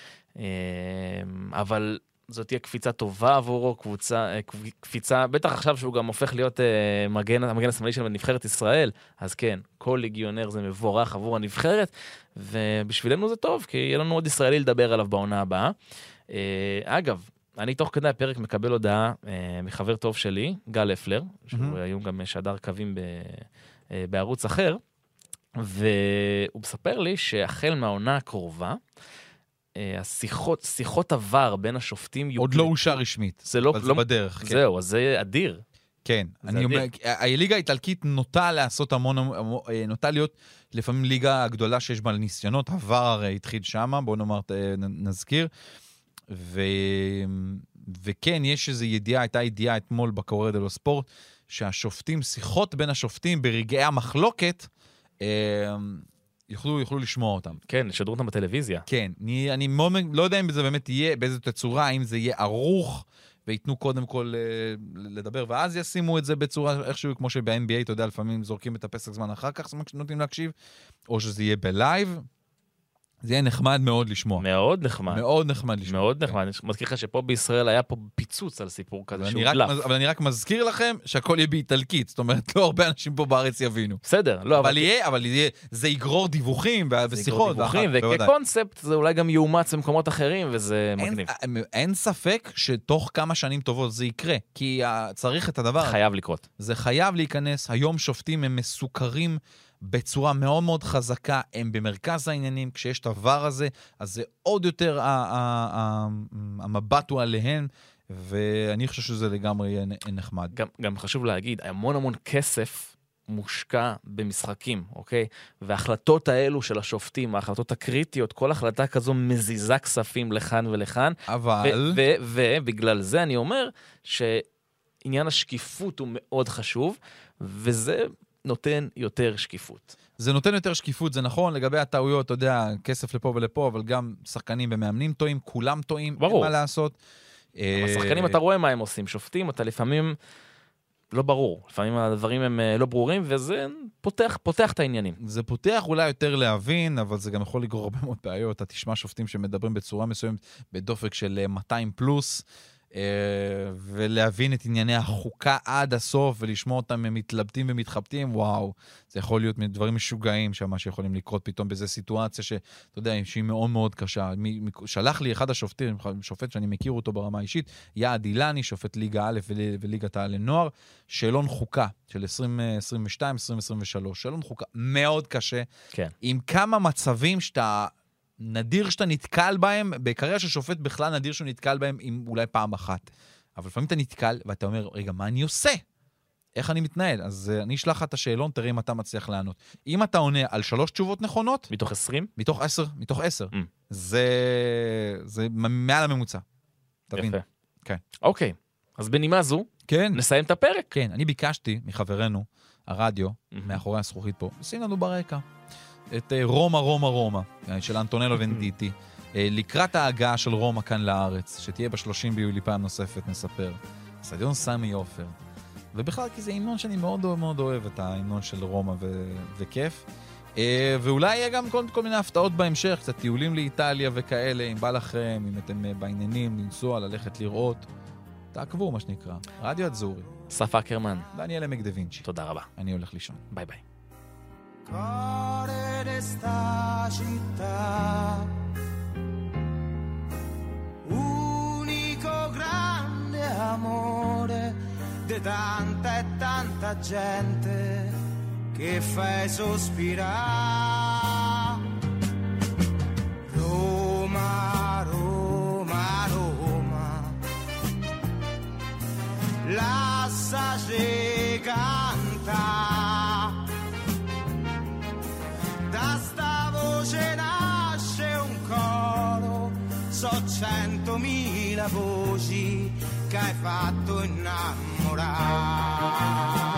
אבל זאת תהיה קפיצה טובה עבורו, קבוצה, קפיצה, בטח עכשיו שהוא גם הופך להיות מגן, המגן השמאלי של נבחרת ישראל, אז כן, כל ליגיונר זה מבורך עבור הנבחרת, ובשבילנו זה טוב, כי יהיה לנו עוד ישראלי לדבר עליו בעונה הבאה. אגב, אני תוך כדי הפרק מקבל הודעה מחבר טוב שלי, גל אפלר, שהוא היום גם שדר קווים בערוץ אחר, והוא מספר לי שהחל מהעונה הקרובה, השיחות, שיחות עבר בין השופטים... עוד לא אושר רשמית, זה לא, אבל זה לא, בדרך. זהו, אז זה אדיר. כן, אני אומר, הליגה האיטלקית נוטה לעשות המון, נוטה להיות לפעמים ליגה הגדולה שיש בה ניסיונות, עבר הרי התחיל שמה, בואו נאמר, נזכיר, ו... וכן, יש איזו ידיעה, הייתה ידיעה אתמול בקורייר דלו ספורט, שהשופטים, שיחות בין השופטים ברגעי המחלוקת, יוכלו, יוכלו לשמוע אותם. כן, שדרו אותם בטלוויזיה. כן, אני, אני מאוד, לא יודע אם זה באמת יהיה, באיזו תצורה, אם זה יהיה ערוך, ויתנו קודם כל לדבר, ואז ישימו את זה בצורה איכשהו, כמו שב-אן בי איי, אתה יודע, לפעמים זורקים את הפסק זמן אחר כך, נותנים להקשיב, או שזה יהיה בלייב, זה יהיה נחמד מאוד לשמוע. מאוד נחמד. מאוד נחמד לשמוע. מאוד נחמד. אני מזכיר לך שפה בישראל היה פה פיצוץ על סיפור כזה שהוא דלף. אבל אני רק מזכיר לכם שהכל יהיה באיטלקית, זאת אומרת, לא הרבה אנשים פה בארץ יבינו. בסדר, לא, אבל יהיה, אבל יהיה, זה יגרור דיווחים ושיחות. וכקונספט זה אולי גם יאומץ במקומות אחרים, וזה מגניב. אין ספק שתוך כמה שנים טובות זה יקרה, כי צריך את הדבר. חייב לקרות. זה חייב להיכנס. היום שופטים הם מסוכרים בצורה מאוד מאוד חזקה, הם במרכז העניינים, כשיש את העבר הזה, אז זה עוד יותר המבט הוא עליהן, ואני חושב שזה לגמרי יהיה נחמד. גם, גם חשוב להגיד, המון המון כסף מושקע במשחקים, אוקיי? וההחלטות האלו של השופטים, ההחלטות הקריטיות, כל החלטה כזו מזיזה כספים לכאן ולכאן. אבל... ובגלל זה אני אומר שעניין השקיפות הוא מאוד חשוב, וזה נותן יותר שקיפות. זה נותן יותר שקיפות, זה נכון, לגבי הטעויות, אתה יודע, כסף לפה ולפה, אבל גם שחקנים ומאמנים טועים, כולם טועים, אין מה לעשות. השחקנים אתה רואה מה הם עושים, שופטים, אתה לפעמים לא ברור, לפעמים הדברים הם לא ברורים, וזה פותח, פותח את העניינים. זה פותח אולי יותר להבין, אבל זה גם יכול לגרור הרבה מאוד בעיות, אתה תשמע שופטים שמדברים בצורה מסוימת, בדופק של מאתיים פלוס, ולהבין את ענייני החוקה עד הסוף, ולשמוע אותם הם מתלבטים ומתחבטים, וואו, זה יכול להיות דברים משוגעים שמה שיכולים לקרות פתאום בזה סיטואציה שאתה יודע, שהיא מאוד מאוד קשה. שלח לי אחד השופטים, שופט שאני מכיר אותו ברמה האישית, יעד אילני, שופט ליגה א' וליגת העל לנוער, שאלון חוקה של עשרים עשרים ושתיים עשרים עשרים ושלוש, שאלון חוקה מאוד קשה, כן. עם כמה מצבים שאתה נדיר שאתה נתקל בהם, בקריירה של שופט בכלל נדיר שהוא נתקל בהם עם אולי פעם אחת. אבל לפעמים אתה נתקל ואתה אומר, רגע, מה אני עושה? איך אני מתנהל? אז uh, אני אשלח את השאלון, תראה אם אתה מצליח לענות. אם אתה עונה על שלוש תשובות נכונות... מתוך עשרים? מתוך עשר, מתוך עשר. Mm. זה, זה מעל הממוצע. תבין. יפה. כן. אוקיי. אז בנימה זו, כן. נסיים את הפרק. כן, אני ביקשתי מחברנו, הרדיו, מאחורי הזכוכית פה, שים לנו ברקע את רומא, רומא, רומא, של אנטונלו ונדיטי, לקראת ההגעה של רומא כאן לארץ, שתהיה ב-שלושים ביולי פעם נוספת, נספר. סטדיון סמי עופר. ובכלל, כי זה המנון שאני מאוד מאוד אוהב, את ההמנון של רומא ו- וכיף. ואולי יהיה גם כל, כל מיני הפתעות בהמשך, קצת טיולים לאיטליה וכאלה, אם בא לכם, אם אתם בעניינים, לנסוע, ללכת לראות. תעקבו, מה שנקרא. רדיו אזורי. אסף אקרמן. דניאל עמק דה וינצ'י. תודה רבה. אני הולך לישון. ביי ביי. Cuore d'esta città, unico grande amore di tanta e tanta gente che fai sospirare. Roma, Roma, Roma, lasciaci cantare. Da sta voce nasce un coro, so centomila voci che hai fatto innamorare.